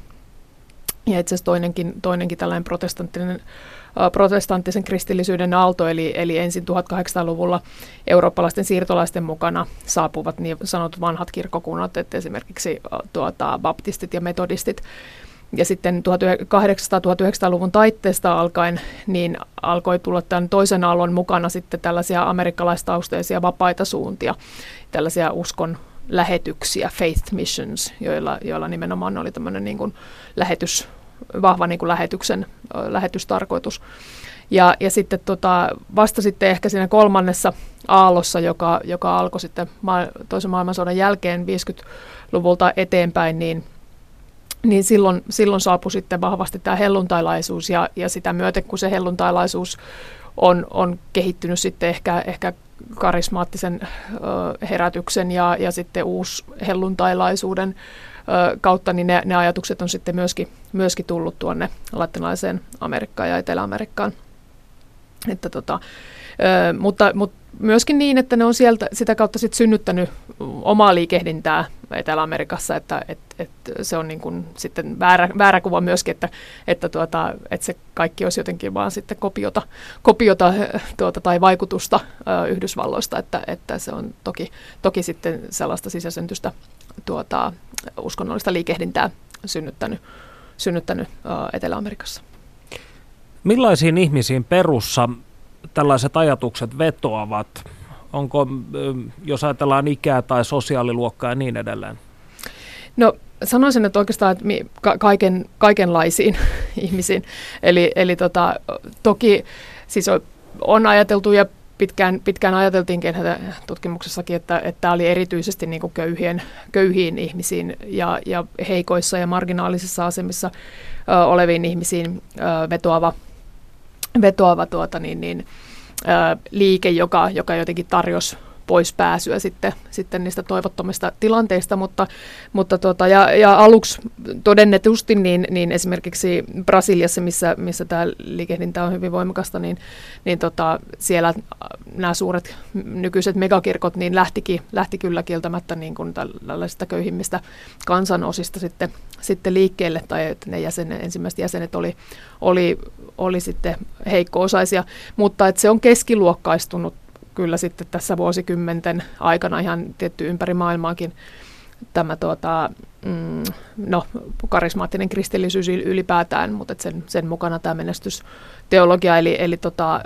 ja itse asiassa toinenkin, toinenkin tällainen protestanttinen, äh, protestanttisen kristillisyyden aalto, eli, eli ensin tuhatkahdeksansataaluvulla eurooppalaisten siirtolaisten mukana saapuvat niin sanotut vanhat kirkkokunnat, että esimerkiksi äh, tuota, baptistit ja metodistit. Ja sitten tuhatkahdeksansataa-tuhatyhdeksänsataaluvun taitteesta alkaen niin alkoi tulla tämän toisen aallon mukana sitten tällaisia amerikkalaistausteisia vapaita suuntia, tällaisia uskon lähetyksiä, faith missions, joilla, joilla nimenomaan oli tämmöinen niin kuin lähetys, vahva niin kuin lähetyksen lähetystarkoitus. Ja, ja sitten tota, vasta sitten ehkä siinä kolmannessa aallossa, joka, joka alkoi sitten ma- toisen maailmansodan jälkeen viisikymmentäluvulta eteenpäin, niin niin silloin, silloin saapui sitten vahvasti tämä helluntailaisuus, ja, ja sitä myöten, kun se helluntailaisuus on, on kehittynyt sitten ehkä, ehkä karismaattisen ö, herätyksen ja, ja sitten uus helluntailaisuuden ö, kautta, niin ne, ne ajatukset on sitten myöskin, myöskin tullut tuonne latinalaiseen Amerikkaan ja Etelä-Amerikkaan. Että tota, ö, mutta, mutta myöskin niin, että ne on sieltä sitä kautta sit synnyttänyt omaa liikehdintää Etelä-Amerikassa, että et, et se on niin kuin sitten väärä, väärä kuva myöskin, että, että, tuota, että se kaikki olisi jotenkin vaan sitten kopiota, kopiota tuota, tai vaikutusta ö, Yhdysvalloista, että, että se on toki, toki sitten sellaista sisäsyntystä tuota, uskonnollista liikehdintää synnyttänyt, synnyttänyt ö, Etelä-Amerikassa. Millaisiin ihmisiin perussa tällaiset ajatukset vetoavat? Onko, jos ajatellaan ikää tai sosiaaliluokkaa ja niin edelleen? No sanoisin, että oikeastaan että kaiken, kaikenlaisiin ihmisiin. Eli, eli tota, toki siis on, on ajateltu ja pitkään, pitkään ajateltiinkin tutkimuksessakin, että, että tämä oli erityisesti niin kuin köyhien, köyhiin ihmisiin ja, ja heikoissa ja marginaalisissa asemissa ö, oleviin ihmisiin ö, vetoava vetoava tuota, niin, niin, ää, liike, joka, joka jotenkin tarjosi pois pääsyä sitten, sitten niistä toivottomista tilanteista, mutta, mutta tuota, ja, ja aluksi todennetusti niin, niin esimerkiksi Brasiliassa, missä, missä tämä liikehdintä on hyvin voimakasta, niin, niin tota, siellä nämä suuret nykyiset megakirkot niin lähtikin, lähti kyllä kieltämättä niin kuin tällaisista köyhimmistä kansanosista sitten, sitten liikkeelle, tai että ne jäsenet, ensimmäiset jäsenet oli, oli, oli sitten heikko-osaisia, mutta että se on keskiluokkaistunut kyllä sitten tässä vuosikymmenten aikana ihan tietty ympäri maailmaakin tämä tuota, mm, no, karismaattinen kristillisyys ylipäätään, mutta sen, sen mukana tämä menestysteologia, eli, eli tota,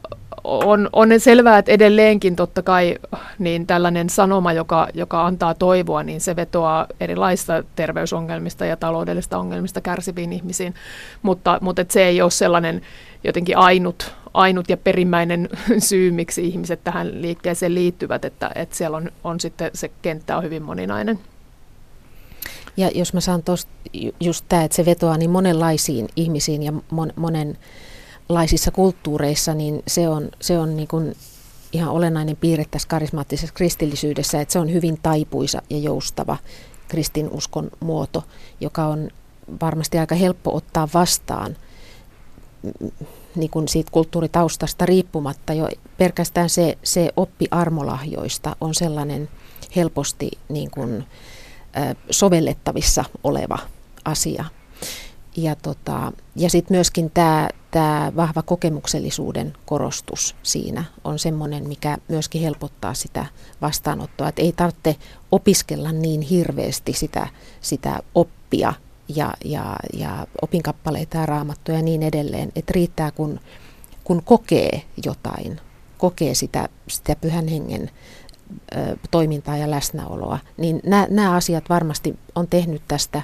on, on selvää, että edelleenkin totta kai niin tällainen sanoma, joka, joka antaa toivoa, niin se vetoaa erilaisista terveysongelmista ja taloudellisista ongelmista kärsiviin ihmisiin, mutta, mutta et se ei ole sellainen jotenkin ainut, ainut ja perimmäinen syy, miksi ihmiset tähän liikkeeseen liittyvät, että, että siellä on, on sitten se kenttä on hyvin moninainen. Ja jos mä saan tuosta just tämä, että se vetoaa niin monenlaisiin ihmisiin ja mon, monenlaisissa kulttuureissa, niin se on, se on niin kuin ihan olennainen piirre tässä karismaattisessa kristillisyydessä, että se on hyvin taipuisa ja joustava kristinuskon muoto, joka on varmasti aika helppo ottaa vastaan niin kuin siitä kulttuuritaustasta riippumatta. Jo pelkästään se, se oppi armolahjoista on sellainen helposti niin kuin sovellettavissa oleva asia. Ja, tota, ja sitten myöskin tämä, tämä vahva kokemuksellisuuden korostus siinä on semmoinen, mikä myöskin helpottaa sitä vastaanottoa. Et ei tarvitse opiskella niin hirveästi sitä, sitä oppia ja, ja, ja opinkappaleita ja raamattuja ja niin edelleen. Että riittää, kun, kun kokee jotain, kokee sitä, sitä pyhän hengen toimintaa ja läsnäoloa, niin nämä asiat varmasti on tehnyt tästä,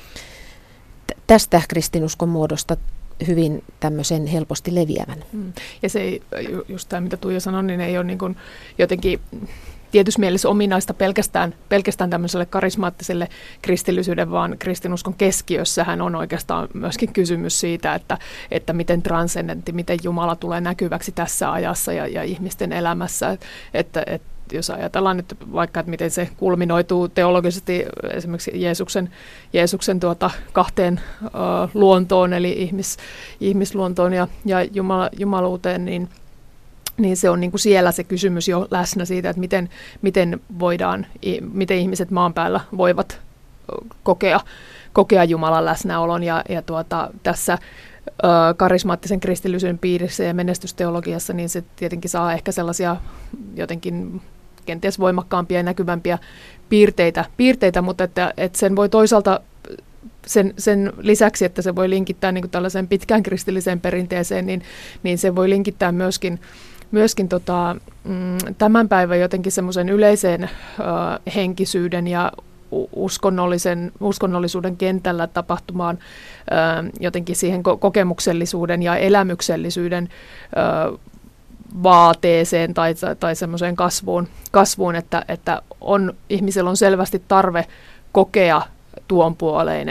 tästä kristinuskon muodosta hyvin tämmöisen helposti leviävän. Ja se ei, just tämä mitä Tuija sanoi, niin ei ole niin kuin jotenkin tietyssä mielessä ominaista pelkästään, pelkästään tämmöiselle karismaattiselle kristillisyyden, vaan kristinuskon keskiössähän on oikeastaan myöskin kysymys siitä, että, että miten transcendentti, miten Jumala tulee näkyväksi tässä ajassa ja, ja ihmisten elämässä, että, että jos ajatellaan nyt vaikka, että miten se kulminoituu teologisesti esimerkiksi Jeesuksen, Jeesuksen tuota kahteen ö, luontoon, eli ihmis, ihmisluontoon ja, ja Jumala, jumaluuteen, niin, niin se on niin kuin siellä se kysymys jo läsnä siitä, että miten, miten, voidaan, miten ihmiset maan päällä voivat kokea, kokea Jumalan läsnäolon. Ja, ja tuota, tässä ö, karismaattisen kristillisyyden piirissä ja menestysteologiassa, niin se tietenkin saa ehkä sellaisia jotenkin kenties voimakkaampia ja näkyvämpiä piirteitä, piirteitä mutta että, että sen voi toisaalta sen, sen lisäksi, että se voi linkittää niin kuin tällaiseen pitkään kristilliseen perinteeseen, niin, niin se voi linkittää myöskin, myöskin tota, mm, tämän päivän jotenkin semmoisen yleiseen ö, henkisyyden ja uskonnollisen, uskonnollisuuden kentällä tapahtumaan ö, jotenkin siihen ko- kokemuksellisuuden ja elämyksellisyyden ö, vaateeseen tai, tai semmoiseen kasvuun, kasvuun että, että on, ihmisellä on selvästi tarve kokea tuonpuoleinen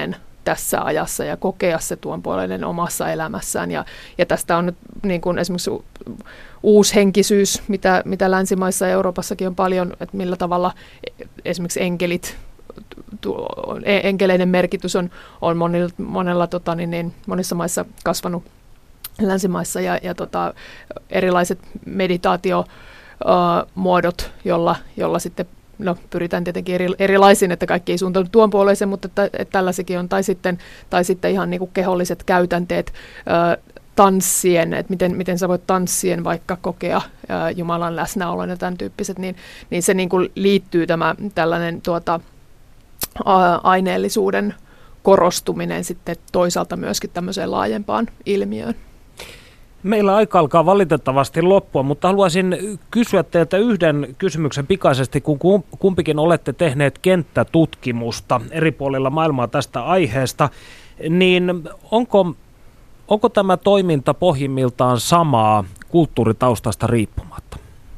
tässä ajassa ja kokea se tuonpuoleinen omassa elämässään. Ja, ja tästä on nyt niin kuin esimerkiksi uushenkisyys, mitä, mitä länsimaissa ja Euroopassakin on paljon, että millä tavalla esimerkiksi enkelit, enkeleiden merkitys on, on monilla, monella, tota, niin, niin, monissa maissa kasvanut länsimaissa ja, ja tota, erilaiset meditaatiomuodot, jolla, jolla sitten no, pyritään tietenkin eri, erilaisin, että kaikki ei suuntaudu tuon puoleeseen, mutta että, että tällaisikin on, tai sitten, tai sitten ihan niin kuin keholliset käytänteet, ö, tanssien, että miten, miten sä voit tanssien vaikka kokea ää, Jumalan läsnäolon ja tämän tyyppiset, niin, niin se niin kuin liittyy tämä tällainen tuota, ää, aineellisuuden korostuminen sitten toisaalta myöskin tämmöiseen laajempaan ilmiöön. Meillä aika alkaa valitettavasti loppua, mutta haluaisin kysyä teiltä yhden kysymyksen pikaisesti, kun kumpikin olette tehneet kenttätutkimusta eri puolilla maailmaa tästä aiheesta, niin onko Onko tämä toiminta pohjimmiltaan samaa kulttuuritaustasta riippumatta?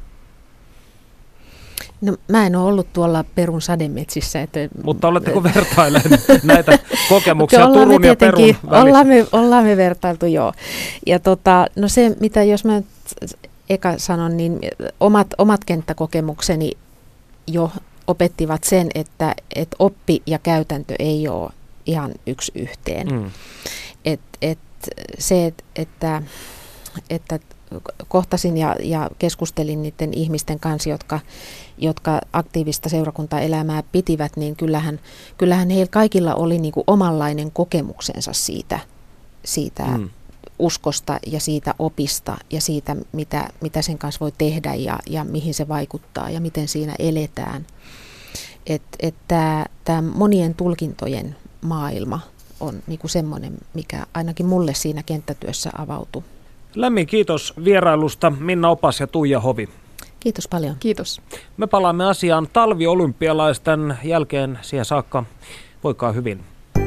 No, mä en ole ollut tuolla Perun sademetsissä. Että Mutta oletteko vertailleet näitä kokemuksia Turun Turun ja Perun välissä? Ollaan me, ollaan me vertailtu, joo. Ja tota, no se, mitä jos mä eka sanon, niin omat, omat kenttäkokemukseni jo opettivat sen, että, että oppi ja käytäntö ei ole ihan yksi yhteen. Mm. Et, et, se, että, että kohtasin ja, ja keskustelin niiden ihmisten kanssa, jotka, jotka aktiivista seurakuntaelämää pitivät, niin kyllähän, kyllähän heillä kaikilla oli niin kuin omanlainen kokemuksensa siitä, siitä mm. uskosta ja siitä opista ja siitä, mitä, mitä sen kanssa voi tehdä ja, ja mihin se vaikuttaa ja miten siinä eletään. Että et tämä monien tulkintojen maailma on niinku semmoinen, mikä ainakin mulle siinä kenttätyössä avautui. Lämmin kiitos vierailusta Minna Opas ja Tuija Hovi. Kiitos paljon. Kiitos. Me palaamme asiaan talviolympialaisten jälkeen siihen saakka. Voikaa hyvin.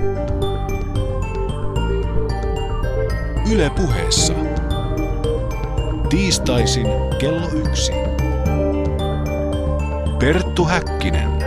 Yle Puheessa. Tiistaisin kello yksi. Perttu Häkkinen.